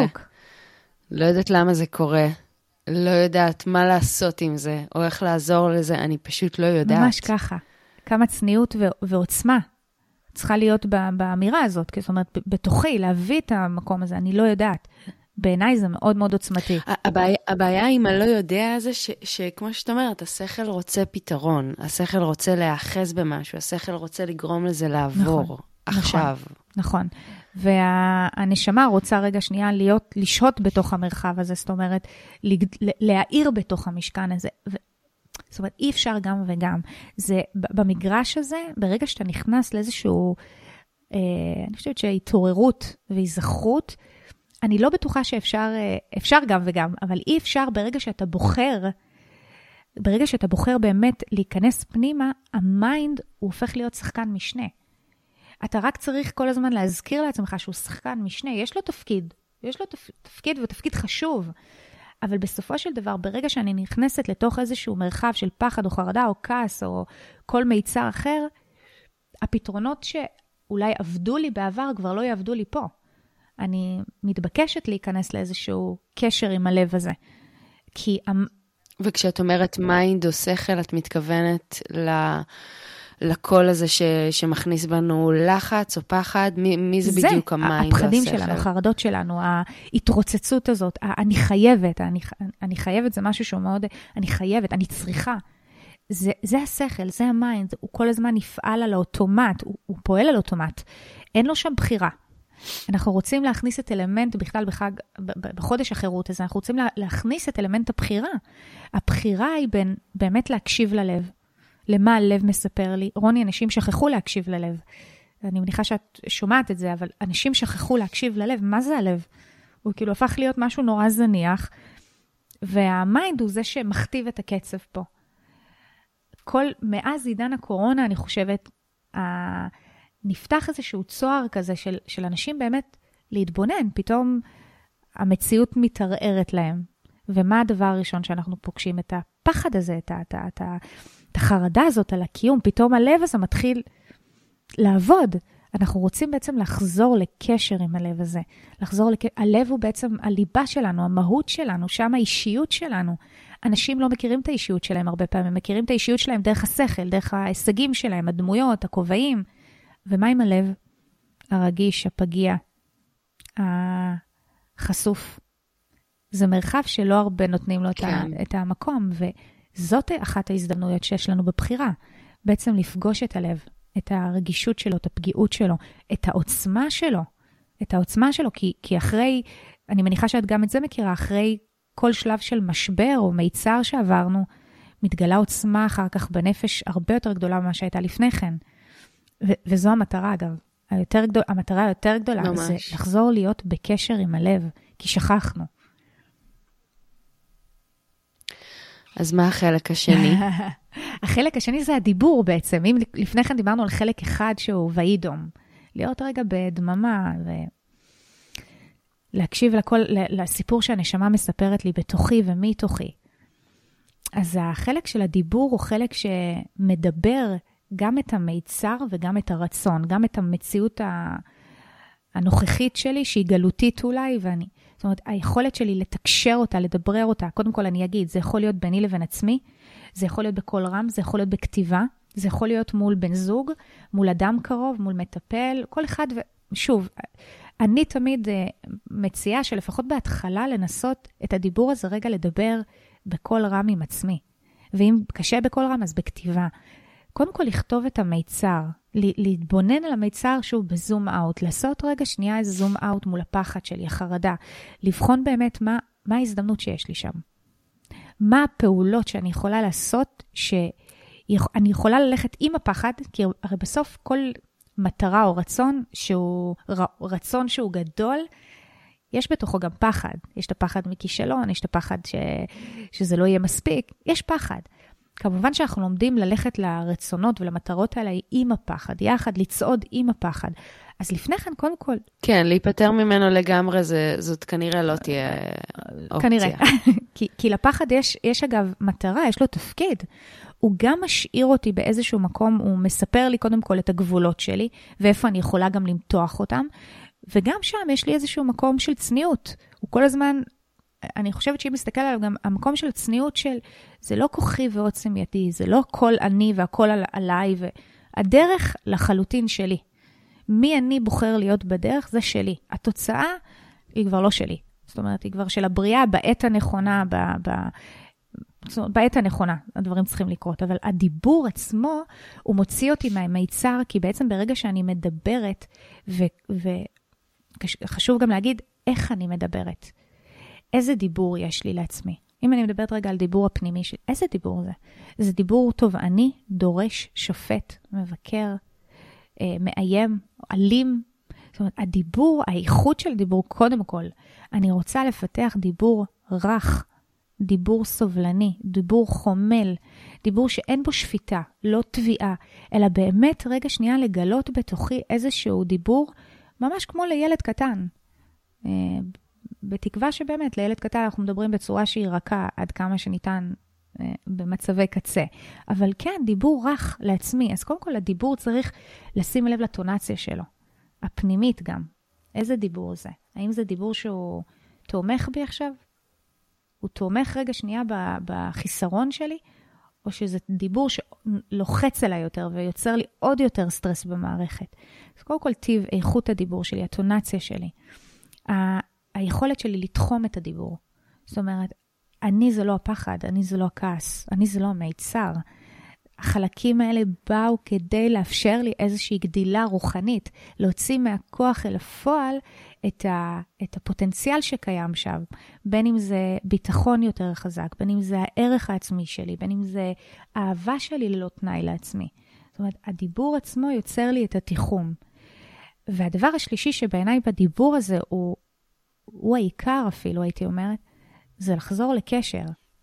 לא יודעת למה זה קורה, לא יודעת מה לעשות עם זה, או איך לעזור לזה, אני פשוט לא יודעת. ממש ככה. כמה צניעות ו- ועוצמה צריכה להיות באמירה הזאת, זאת אומרת, בתוכי, להביא את המקום הזה, אני לא יודעת. בעיניי זה מאוד מאוד עוצמתי. הבעיה, הבעיה עם הלא יודע זה ש, שכמו שאת אומרת, השכל רוצה פתרון, השכל רוצה להאחז במשהו, השכל רוצה לגרום לזה לעבור נכון, עכשיו. נכון. והנשמה רוצה רגע שנייה להיות, לשהות בתוך המרחב הזה, זאת אומרת, להאיר בתוך המשכן הזה. ו... זאת אומרת, אי אפשר גם וגם. זה, במגרש הזה, ברגע שאתה נכנס לאיזשהו, אה, אני חושבת שהתעוררות והיזכרות, אני לא בטוחה שאפשר, אפשר גם וגם, אבל אי אפשר ברגע שאתה בוחר, ברגע שאתה בוחר באמת להיכנס פנימה, המיינד הוא הופך להיות שחקן משנה. אתה רק צריך כל הזמן להזכיר לעצמך שהוא שחקן משנה, יש לו תפקיד, יש לו תפקיד ותפקיד חשוב, אבל בסופו של דבר, ברגע שאני נכנסת לתוך איזשהו מרחב של פחד או חרדה או כעס או כל מיצר אחר, הפתרונות שאולי עבדו לי בעבר כבר לא יעבדו לי פה. אני מתבקשת להיכנס לאיזשהו קשר עם הלב הזה. כי... וכשאת אומרת מיינד או שכל, את מתכוונת ל... לקול הזה ש... שמכניס בנו לחץ או פחד? מי, מי זה, זה בדיוק המיינד או השכל? הפחדים שלנו, החרדות שלנו, ההתרוצצות הזאת, אני חייבת, אני, אני חייבת זה משהו שהוא מאוד, אני חייבת, אני צריכה. זה, זה השכל, זה המיינד, הוא כל הזמן נפעל על האוטומט, הוא, הוא פועל על אוטומט, אין לו שם בחירה. אנחנו רוצים להכניס את אלמנט, בכלל בחג, בחודש החירות הזה, אנחנו רוצים להכניס את אלמנט הבחירה. הבחירה היא בין, באמת להקשיב ללב. למה הלב מספר לי? רוני, אנשים שכחו להקשיב ללב. אני מניחה שאת שומעת את זה, אבל אנשים שכחו להקשיב ללב. מה זה הלב? הוא כאילו הפך להיות משהו נורא זניח, והמיינד הוא זה שמכתיב את הקצב פה. כל, מאז עידן הקורונה, אני חושבת, נפתח איזשהו צוהר כזה של, של אנשים באמת להתבונן. פתאום המציאות מתערערת להם. ומה הדבר הראשון שאנחנו פוגשים? את הפחד הזה, את, את, את, את החרדה הזאת על הקיום. פתאום הלב הזה מתחיל לעבוד. אנחנו רוצים בעצם לחזור לקשר עם הלב הזה. לחזור לקשר, הלב הוא בעצם הליבה שלנו, המהות שלנו, שם האישיות שלנו. אנשים לא מכירים את האישיות שלהם הרבה פעמים, מכירים את האישיות שלהם דרך השכל, דרך ההישגים שלהם, הדמויות, הכובעים. ומה עם הלב? הרגיש, הפגיע, החשוף. זה מרחב שלא הרבה נותנים לו כן. את המקום, וזאת אחת ההזדמנויות שיש לנו בבחירה. בעצם לפגוש את הלב, את הרגישות שלו, את הפגיעות שלו, את העוצמה שלו, את העוצמה שלו, כי, כי אחרי, אני מניחה שאת גם את זה מכירה, אחרי כל שלב של משבר או מיצר שעברנו, מתגלה עוצמה אחר כך בנפש הרבה יותר גדולה ממה שהייתה לפני כן. ו- וזו המטרה אגב. היותר גדול, המטרה היותר גדולה ממש. זה לחזור להיות בקשר עם הלב, כי שכחנו. אז מה החלק השני? החלק השני זה הדיבור בעצם. אם לפני כן דיברנו על חלק אחד שהוא ואידום. להיות רגע בדממה ולהקשיב לכל, לסיפור שהנשמה מספרת לי בתוכי ומתוכי. אז החלק של הדיבור הוא חלק שמדבר גם את המיצר וגם את הרצון, גם את המציאות הנוכחית שלי, שהיא גלותית אולי, ואני, זאת אומרת, היכולת שלי לתקשר אותה, לדברר אותה, קודם כל אני אגיד, זה יכול להיות ביני לבין עצמי, זה יכול להיות בכל רם, זה יכול להיות בכתיבה, זה יכול להיות מול בן זוג, מול אדם קרוב, מול מטפל, כל אחד, ושוב, אני תמיד מציעה שלפחות בהתחלה לנסות את הדיבור הזה רגע לדבר בכל רם עם עצמי, ואם קשה בכל רם, אז בכתיבה. קודם כל לכתוב את המיצר, להתבונן על המיצר שוב בזום אאוט, לעשות רגע שנייה איזה זום אאוט מול הפחד שלי, החרדה, לבחון באמת מה, מה ההזדמנות שיש לי שם. מה הפעולות שאני יכולה לעשות, שאני יכולה ללכת עם הפחד, כי הרי בסוף כל מטרה או רצון שהוא, רצון שהוא גדול, יש בתוכו גם פחד. יש את הפחד מכישלון, יש את הפחד ש, שזה לא יהיה מספיק, יש פחד. כמובן שאנחנו לומדים ללכת לרצונות ולמטרות האלה עם הפחד, יחד לצעוד עם הפחד. אז לפני כן, קודם כל... כן, להיפטר ממנו לגמרי, זה, זאת כנראה לא תהיה אופציה. כנראה. כי, כי לפחד יש, יש אגב מטרה, יש לו תפקיד. הוא גם משאיר אותי באיזשהו מקום, הוא מספר לי קודם כל את הגבולות שלי, ואיפה אני יכולה גם למתוח אותם, וגם שם יש לי איזשהו מקום של צניעות. הוא כל הזמן... אני חושבת שאם מסתכל עליו גם המקום של הצניעות של, זה לא כוחי ועוצם ידי, זה לא כל אני והכל על, עליי, והדרך לחלוטין שלי. מי אני בוחר להיות בדרך, זה שלי. התוצאה היא כבר לא שלי. זאת אומרת, היא כבר של הבריאה בעת הנכונה, ב, ב, זאת אומרת, בעת הנכונה, הדברים צריכים לקרות. אבל הדיבור עצמו, הוא מוציא אותי מהמיצר, כי בעצם ברגע שאני מדברת, וחשוב גם להגיד איך אני מדברת. איזה דיבור יש לי לעצמי? אם אני מדברת רגע על דיבור הפנימי שלי, איזה דיבור זה? זה דיבור תובעני, דורש, שופט, מבקר, אה, מאיים, אלים. זאת אומרת, הדיבור, האיכות של דיבור, קודם כל, אני רוצה לפתח דיבור רך, דיבור סובלני, דיבור חומל, דיבור שאין בו שפיטה, לא תביעה, אלא באמת רגע שנייה לגלות בתוכי איזשהו דיבור, ממש כמו לילד קטן. אה, בתקווה שבאמת לילד קטן אנחנו מדברים בצורה שהיא רכה עד כמה שניתן אה, במצבי קצה. אבל כן, דיבור רך לעצמי. אז קודם כל הדיבור צריך לשים לב לטונציה שלו. הפנימית גם. איזה דיבור זה? האם זה דיבור שהוא תומך בי עכשיו? הוא תומך רגע שנייה בחיסרון שלי? או שזה דיבור שלוחץ עליי יותר ויוצר לי עוד יותר סטרס במערכת? אז קודם כל טיב, איכות הדיבור שלי, הטונציה שלי. היכולת שלי לתחום את הדיבור. זאת אומרת, אני זה לא הפחד, אני זה לא הכעס, אני זה לא המיצר. החלקים האלה באו כדי לאפשר לי איזושהי גדילה רוחנית, להוציא מהכוח אל הפועל את, ה, את הפוטנציאל שקיים שם, בין אם זה ביטחון יותר חזק, בין אם זה הערך העצמי שלי, בין אם זה אהבה שלי ללא תנאי לעצמי. זאת אומרת, הדיבור עצמו יוצר לי את התיחום. והדבר השלישי שבעיניי בדיבור הזה הוא, הוא העיקר אפילו, הייתי אומרת, זה לחזור לקשר.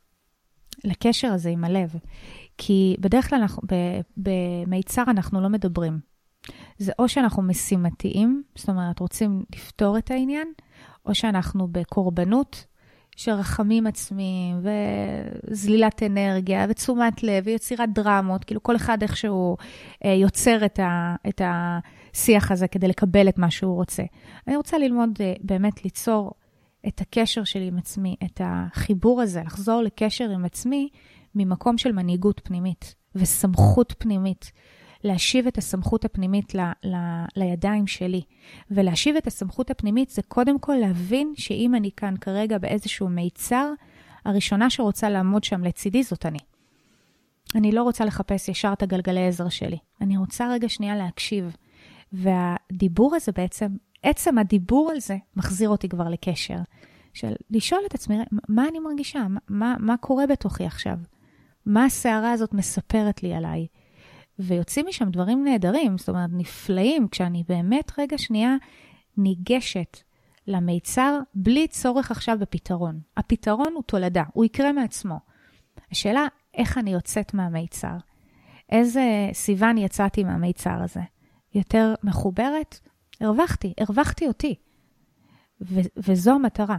לקשר הזה עם הלב. כי בדרך כלל אנחנו, במיצר אנחנו לא מדברים. זה או שאנחנו משימתיים, זאת אומרת, רוצים לפתור את העניין, או שאנחנו בקורבנות של רחמים עצמיים, וזלילת אנרגיה, ותשומת לב, ויצירת דרמות, כאילו כל אחד איכשהו יוצר את, ה, את השיח הזה כדי לקבל את מה שהוא רוצה. אני רוצה ללמוד באמת ליצור את הקשר שלי עם עצמי, את החיבור הזה, לחזור לקשר עם עצמי, ממקום של מנהיגות פנימית, וסמכות פנימית, להשיב את הסמכות הפנימית ל, ל, לידיים שלי, ולהשיב את הסמכות הפנימית זה קודם כל להבין שאם אני כאן כרגע באיזשהו מיצר, הראשונה שרוצה לעמוד שם לצידי זאת אני. אני לא רוצה לחפש ישר את הגלגלי עזר שלי, אני רוצה רגע שנייה להקשיב, והדיבור הזה בעצם, עצם הדיבור על זה מחזיר אותי כבר לקשר, של לשאול את עצמי, מה אני מרגישה? מה, מה קורה בתוכי עכשיו? מה השערה הזאת מספרת לי עליי? ויוצאים משם דברים נהדרים, זאת אומרת, נפלאים, כשאני באמת רגע שנייה ניגשת למיצר, בלי צורך עכשיו בפתרון. הפתרון הוא תולדה, הוא יקרה מעצמו. השאלה, איך אני יוצאת מהמיצר? איזה סיוון יצאתי מהמיצר הזה? יותר מחוברת? הרווחתי, הרווחתי אותי. ו- וזו המטרה.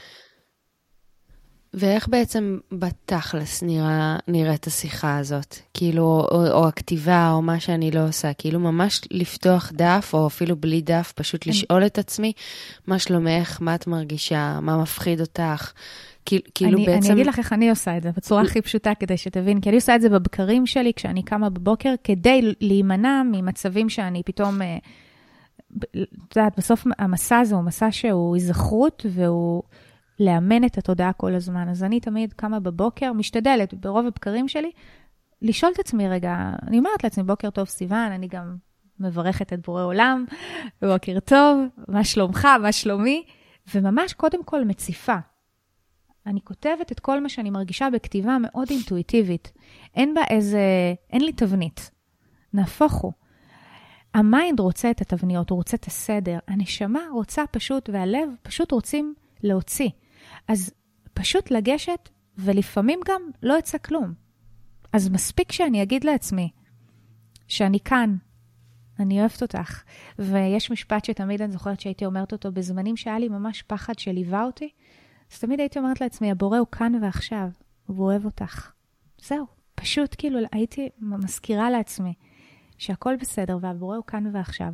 ואיך בעצם בתכלס נראה, נראית השיחה הזאת? כאילו, או, או הכתיבה, או מה שאני לא עושה, כאילו ממש לפתוח דף, או אפילו בלי דף, פשוט לשאול את עצמי, מה שלומך, מה את מרגישה, מה מפחיד אותך, כאילו אני, בעצם... אני אגיד לך איך אני עושה את זה, בצורה הכי פשוטה כדי שתבין, כי אני עושה את זה בבקרים שלי, כשאני קמה בבוקר, כדי להימנע ממצבים שאני פתאום... את יודעת, בסוף המסע הזה הוא מסע שהוא הזכרות, והוא... לאמן את התודעה כל הזמן. אז אני תמיד קמה בבוקר, משתדלת ברוב הבקרים שלי, לשאול את עצמי רגע, אני אומרת לעצמי, בוקר טוב סיוון, אני גם מברכת את בורא עולם, בבוקר טוב, מה שלומך, מה שלומי, וממש קודם כל מציפה. אני כותבת את כל מה שאני מרגישה בכתיבה מאוד אינטואיטיבית. אין בה איזה, אין לי תבנית. נהפוך הוא. המיינד רוצה את התבניות, הוא רוצה את הסדר. הנשמה רוצה פשוט, והלב פשוט רוצים להוציא. אז פשוט לגשת, ולפעמים גם לא יצא כלום. אז מספיק שאני אגיד לעצמי, שאני כאן, אני אוהבת אותך. ויש משפט שתמיד אני זוכרת שהייתי אומרת אותו, בזמנים שהיה לי ממש פחד שליווה אותי, אז תמיד הייתי אומרת לעצמי, הבורא הוא כאן ועכשיו, והוא אוהב אותך. זהו, פשוט כאילו הייתי מזכירה לעצמי, שהכל בסדר, והבורא הוא כאן ועכשיו.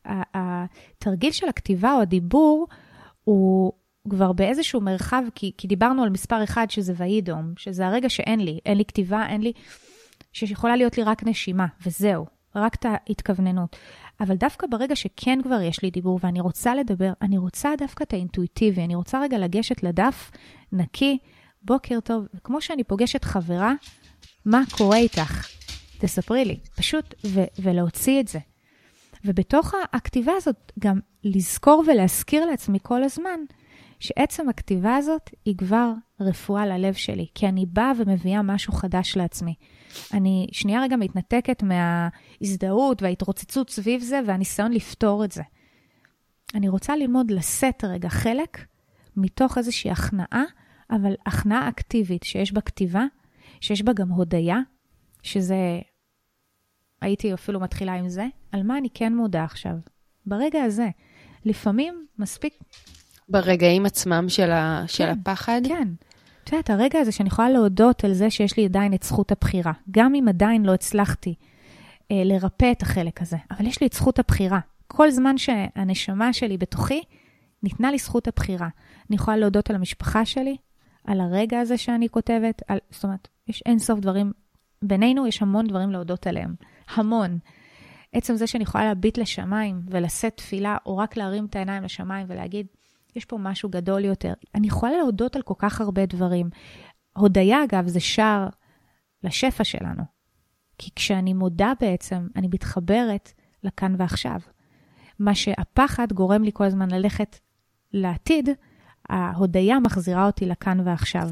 התרגיל של הכתיבה או הדיבור, הוא כבר באיזשהו מרחב, כי, כי דיברנו על מספר אחד שזה וידום, שזה הרגע שאין לי, אין לי כתיבה, אין לי, שיכולה להיות לי רק נשימה, וזהו, רק את ההתכווננות. אבל דווקא ברגע שכן כבר יש לי דיבור, ואני רוצה לדבר, אני רוצה דווקא את האינטואיטיבי, אני רוצה רגע לגשת לדף נקי, בוקר טוב, וכמו שאני פוגשת חברה, מה קורה איתך? תספרי לי, פשוט, ו- ולהוציא את זה. ובתוך הכתיבה הזאת, גם לזכור ולהזכיר לעצמי כל הזמן, שעצם הכתיבה הזאת היא כבר רפואה ללב שלי, כי אני באה ומביאה משהו חדש לעצמי. אני שנייה רגע מתנתקת מההזדהות וההתרוצצות סביב זה, והניסיון לפתור את זה. אני רוצה ללמוד לשאת רגע חלק, מתוך איזושהי הכנעה, אבל הכנעה אקטיבית שיש בה כתיבה, שיש בה גם הודיה, שזה, הייתי אפילו מתחילה עם זה, על מה אני כן מודע עכשיו. ברגע הזה, לפעמים מספיק... ברגעים עצמם של, ה... של כן, הפחד? כן. את יודעת, הרגע הזה שאני יכולה להודות על זה שיש לי עדיין את זכות הבחירה. גם אם עדיין לא הצלחתי אה, לרפא את החלק הזה, אבל יש לי את זכות הבחירה. כל זמן שהנשמה שלי בתוכי, ניתנה לי זכות הבחירה. אני יכולה להודות על המשפחה שלי, על הרגע הזה שאני כותבת, על, זאת אומרת, יש אין סוף דברים, בינינו יש המון דברים להודות עליהם. המון. עצם זה שאני יכולה להביט לשמיים ולשאת תפילה, או רק להרים את העיניים לשמיים ולהגיד, יש פה משהו גדול יותר. אני יכולה להודות על כל כך הרבה דברים. הודיה, אגב, זה שער לשפע שלנו. כי כשאני מודה בעצם, אני מתחברת לכאן ועכשיו. מה שהפחד גורם לי כל הזמן ללכת לעתיד, ההודיה מחזירה אותי לכאן ועכשיו.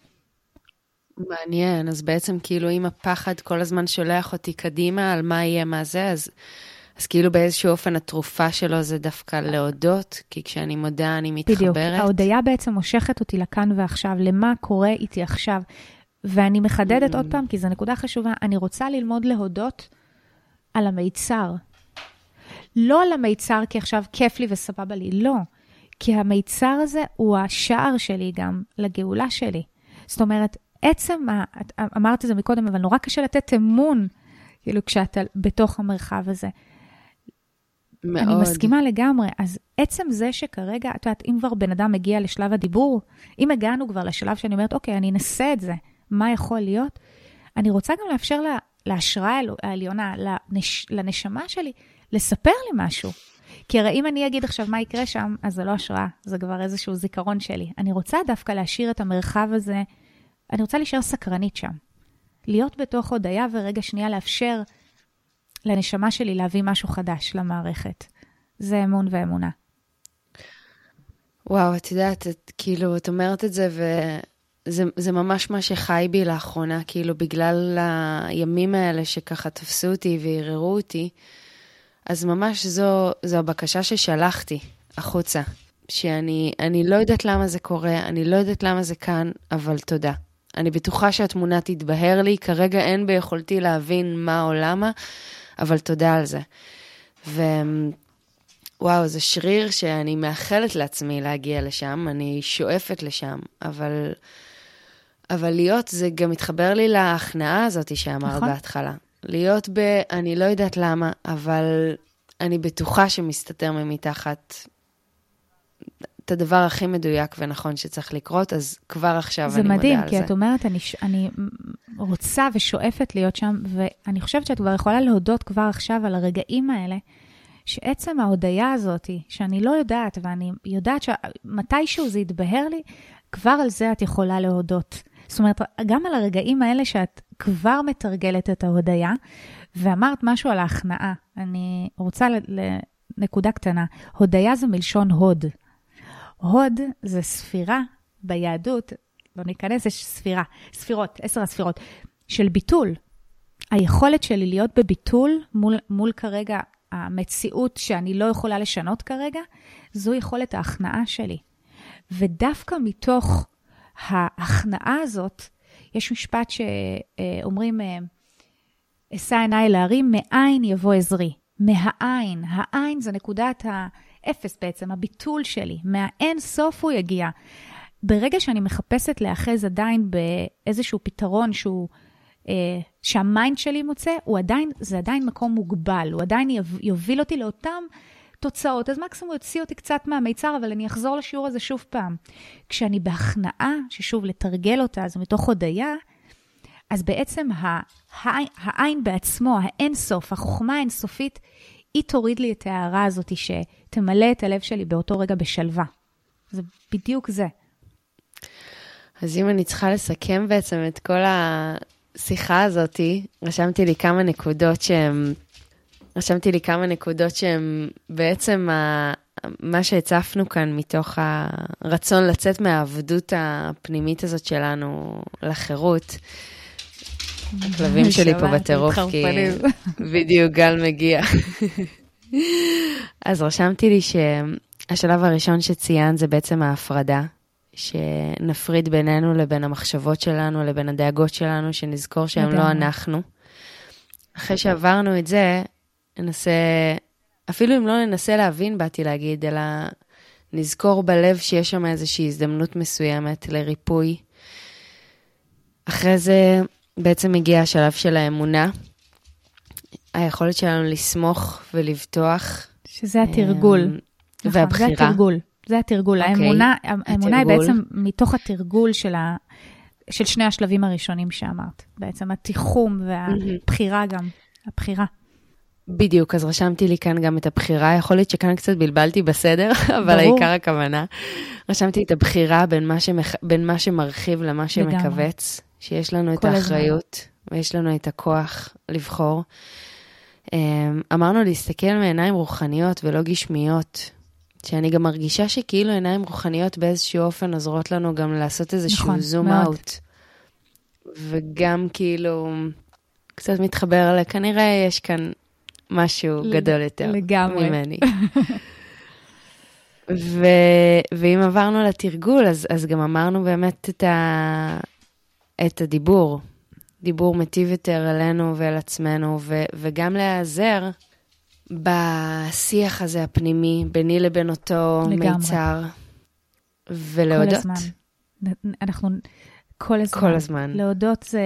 מעניין, אז בעצם כאילו אם הפחד כל הזמן שולח אותי קדימה על מה יהיה מה זה, אז... אז כאילו באיזשהו אופן התרופה שלו זה דווקא להודות, כי כשאני מודה אני מתחברת. בדיוק, ההודיה בעצם מושכת אותי לכאן ועכשיו, למה קורה איתי עכשיו. ואני מחדדת עוד פעם, כי זו נקודה חשובה, אני רוצה ללמוד להודות על המיצר. לא על המיצר כי עכשיו כיף לי וסבבה לי, לא. כי המיצר הזה הוא השער שלי גם לגאולה שלי. זאת אומרת, עצם, אמרת את זה מקודם, אבל נורא קשה לתת אמון, כאילו כשאתה בתוך המרחב הזה. מאוד. אני מסכימה לגמרי. אז עצם זה שכרגע, את יודעת, אם כבר בן אדם מגיע לשלב הדיבור, אם הגענו כבר לשלב שאני אומרת, אוקיי, אני אנסה את זה, מה יכול להיות? אני רוצה גם לאפשר לה, להשראה העליונה, לנש, לנשמה שלי, לספר לי משהו. כי הרי אם אני אגיד עכשיו מה יקרה שם, אז זה לא השראה, זה כבר איזשהו זיכרון שלי. אני רוצה דווקא להשאיר את המרחב הזה, אני רוצה להישאר סקרנית שם. להיות בתוך הודיה ורגע שנייה לאפשר לנשמה שלי להביא משהו חדש למערכת. זה אמון ואמונה. וואו, את יודעת, את, כאילו, את אומרת את זה, וזה זה ממש מה שחי בי לאחרונה, כאילו, בגלל הימים האלה שככה תפסו אותי והררו אותי, אז ממש זו, זו הבקשה ששלחתי החוצה, שאני אני לא יודעת למה זה קורה, אני לא יודעת למה זה כאן, אבל תודה. אני בטוחה שהתמונה תתבהר לי, כרגע אין ביכולתי להבין מה או למה, אבל תודה על זה. ווואו, זה שריר שאני מאחלת לעצמי להגיע לשם, אני שואפת לשם, אבל, אבל להיות, זה גם מתחבר לי להכנעה הזאת שאמרת נכון. בהתחלה. להיות ב, אני לא יודעת למה, אבל אני בטוחה שמסתתר ממתחת את הדבר הכי מדויק ונכון שצריך לקרות, אז כבר עכשיו אני מודה על זה. זה מדהים, כי את אומרת, אני, אני רוצה ושואפת להיות שם, ואני חושבת שאת כבר יכולה להודות כבר עכשיו על הרגעים האלה, שעצם ההודיה הזאת, שאני לא יודעת, ואני יודעת שמתישהו זה יתבהר לי, כבר על זה את יכולה להודות. זאת אומרת, גם על הרגעים האלה שאת כבר מתרגלת את ההודעה, ואמרת משהו על ההכנעה. אני רוצה לנקודה קטנה. הודעה זה מלשון הוד. הוד זה ספירה ביהדות, לא ניכנס, יש ספירה, ספירות, עשר הספירות, של ביטול. היכולת שלי להיות בביטול מול, מול כרגע המציאות שאני לא יכולה לשנות כרגע, זו יכולת ההכנעה שלי. ודווקא מתוך ההכנעה הזאת, יש משפט שאומרים, אשא עיניי להרים, מאין יבוא עזרי. מהעין, העין זה נקודת האפס בעצם, הביטול שלי. מהאין סוף הוא יגיע. ברגע שאני מחפשת לאחז עדיין באיזשהו פתרון שהוא, אה, שהמיינד שלי מוצא, הוא עדיין, זה עדיין מקום מוגבל, הוא עדיין יוביל אותי לאותם תוצאות. אז מקסימום יוציא אותי קצת מהמיצר, אבל אני אחזור לשיעור הזה שוב פעם. כשאני בהכנעה, ששוב לתרגל אותה, זה מתוך הודעה, אז בעצם העין, העין בעצמו, האינסוף, החוכמה האינסופית, היא תוריד לי את ההערה הזאת שתמלא את הלב שלי באותו רגע בשלווה. זה בדיוק זה. אז אם אני צריכה לסכם בעצם את כל השיחה הזאת, רשמתי לי כמה נקודות שהן, רשמתי לי כמה נקודות שהן בעצם ה, מה שהצפנו כאן מתוך הרצון לצאת מהעבדות הפנימית הזאת שלנו לחירות. הכלבים שלי פה בטירוף, כי בדיוק גל מגיע. אז רשמתי לי שהשלב הראשון שציין זה בעצם ההפרדה, שנפריד בינינו לבין המחשבות שלנו, לבין הדאגות שלנו, שנזכור שהם לא אנחנו. אחרי שעברנו את זה, ננסה, אפילו אם לא ננסה להבין, באתי להגיד, אלא נזכור בלב שיש שם איזושהי הזדמנות מסוימת לריפוי. אחרי זה בעצם הגיע השלב של האמונה, היכולת שלנו לסמוך ולבטוח. שזה התרגול. והבחירה. זה התרגול. זה התרגול. האמונה, האמונה היא בעצם מתוך התרגול של, ה, של שני השלבים הראשונים שאמרת. בעצם התיחום והבחירה גם. הבחירה. בדיוק, אז רשמתי לי כאן גם את הבחירה. יכול להיות שכאן קצת בלבלתי בסדר, אבל העיקר הכוונה. רשמתי את הבחירה בין מה, שמח... בין מה שמרחיב למה שמקווץ. שיש לנו את האחריות, ויש לנו את הכוח לבחור. אמרנו להסתכל מעיניים רוחניות ולא גשמיות, שאני גם מרגישה שכאילו עיניים רוחניות באיזשהו אופן עוזרות לנו גם לעשות איזשהו זום אאוט. וגם כאילו קצת מתחבר, כנראה יש כאן משהו גדול יותר ממני. ואם עברנו לתרגול, אז גם אמרנו באמת את ה... את הדיבור, דיבור מטיב יותר אלינו ואל עצמנו, ו- וגם להיעזר בשיח הזה הפנימי, ביני לבין אותו לגמרי. מיצר, ולהודות. כל הזמן. אנחנו, כל הזמן. כל הזמן. להודות זה...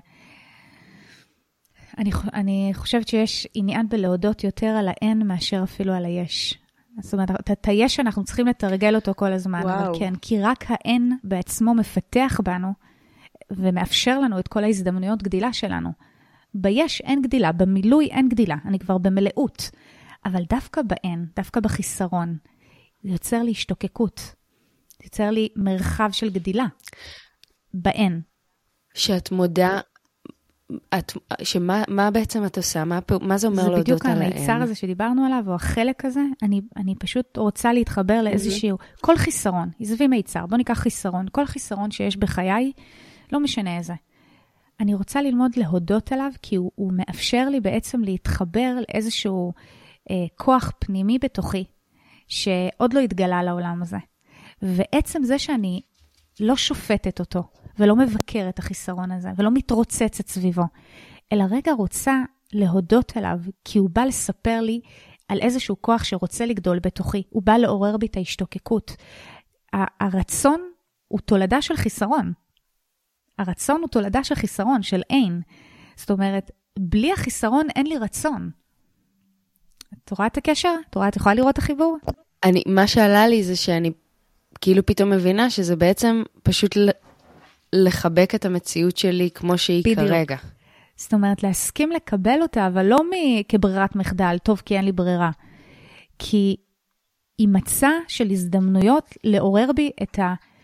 אני, אני חושבת שיש עניין בלהודות יותר על האין מאשר אפילו על היש. זאת אומרת, את היש אנחנו צריכים לתרגל אותו כל הזמן, וואו. אבל כן, כי רק האין בעצמו מפתח בנו, ומאפשר לנו את כל ההזדמנויות גדילה שלנו. ביש אין גדילה, במילוי אין גדילה, אני כבר במלאות. אבל דווקא באין, דווקא בחיסרון, זה יוצר לי השתוקקות. זה יוצר לי מרחב של גדילה. באין. שאת מודע, את, שמה מה בעצם את עושה? מה, מה זה אומר להודות על האין? זה בדיוק המיצר הזה שדיברנו עליו, או החלק הזה, אני, אני פשוט רוצה להתחבר לאיזשהו, כל חיסרון, עזבי מיצר, בוא ניקח חיסרון, כל חיסרון שיש בחיי, לא משנה איזה. אני רוצה ללמוד להודות עליו, כי הוא, הוא מאפשר לי בעצם להתחבר לאיזשהו אה, כוח פנימי בתוכי, שעוד לא התגלה לעולם הזה. ועצם זה שאני לא שופטת אותו, ולא מבקר את החיסרון הזה, ולא מתרוצצת סביבו, אלא רגע רוצה להודות עליו, כי הוא בא לספר לי על איזשהו כוח שרוצה לגדול בתוכי. הוא בא לעורר בי את ההשתוקקות. הרצון הוא תולדה של חיסרון. הרצון הוא תולדה של חיסרון, של אין. זאת אומרת, בלי החיסרון אין לי רצון. את רואה את הקשר? את רואה, את יכולה לראות את החיבור? אני, מה שעלה לי זה שאני כאילו פתאום מבינה שזה בעצם פשוט לחבק את המציאות שלי כמו שהיא בדיוק. כרגע. זאת אומרת, להסכים לקבל אותה, אבל לא כברירת מחדל, טוב כי אין לי ברירה. כי היא מצא של הזדמנויות לעורר בי את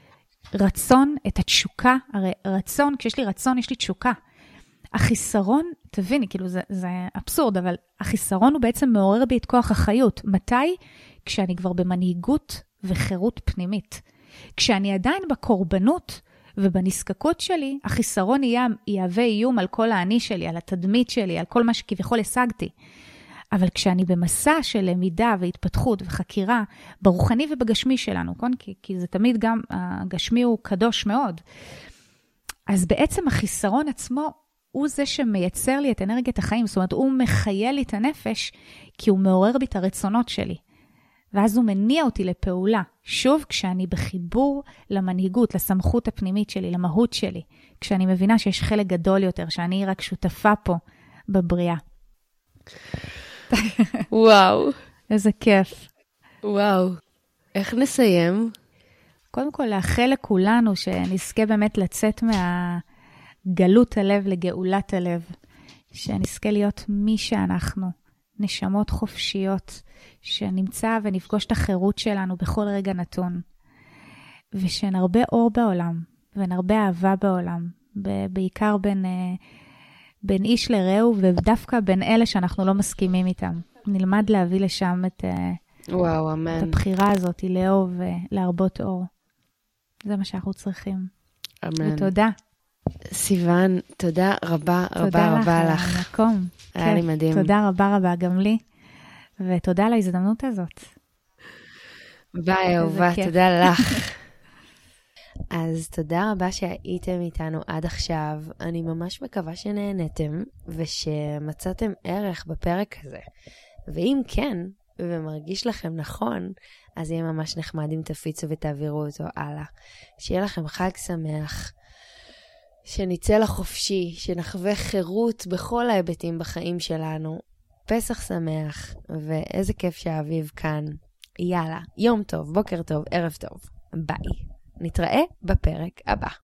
הרצון, את התשוקה, הרי רצון, כשיש לי רצון, יש לי תשוקה. החיסרון, תביני, כאילו זה, זה אבסורד, אבל החיסרון הוא בעצם מעורר בי את כוח החיות. מתי? כשאני כבר במנהיגות וחירות פנימית. כשאני עדיין בקורבנות ובנזקקות שלי, החיסרון יהיה, יהווה איום על כל האני שלי, על התדמית שלי, על כל מה שכביכול השגתי. אבל כשאני במסע של למידה והתפתחות וחקירה, ברוחני ובגשמי שלנו, כן? כי, כי זה תמיד גם, הגשמי הוא קדוש מאוד. אז בעצם החיסרון עצמו, הוא זה שמייצר לי את אנרגיית החיים, זאת אומרת, הוא מחיה לי את הנפש, כי הוא מעורר בי את הרצונות שלי. ואז הוא מניע אותי לפעולה. שוב, כשאני בחיבור למנהיגות, לסמכות הפנימית שלי, למהות שלי, כשאני מבינה שיש חלק גדול יותר, שאני רק שותפה פה בבריאה. וואו. איזה כיף. וואו. איך נסיים? קודם כל, לאחל לכולנו שנזכה באמת לצאת מהגלות הלב לגאולת הלב. שנזכה להיות מי שאנחנו, נשמות חופשיות, שנמצא ונפגוש את החירות שלנו בכל רגע נתון. ושנרבה אור בעולם, ונרבה אהבה בעולם, בעיקר בין, בין איש לרעהו, ודווקא בין אלה שאנחנו לא מסכימים איתם. נלמד להביא לשם את, וואו, אמן. את הבחירה הזאת, לאהוב ולהרבות אור. זה מה שאנחנו צריכים. אמן. ותודה. סיוון, תודה רבה תודה רבה לך רבה על לך. המקום. היה לי מדהים. תודה רבה רבה גם לי, ותודה על ההזדמנות הזאת. ביי אהובה, תודה לך. אז תודה רבה שהייתם איתנו עד עכשיו. אני ממש מקווה שנהנתם ושמצאתם ערך בפרק הזה. ואם כן, ומרגיש לכם נכון, אז יהיה ממש נחמד אם תפיצו ותעבירו אותו הלאה. שיהיה לכם חג שמח, שנצא לחופשי, שנחווה חירות בכל ההיבטים בחיים שלנו. פסח שמח, ואיזה כיף שהאביב כאן. יאללה, יום טוב, בוקר טוב, ערב טוב. ביי. נתראה בפרק הבא.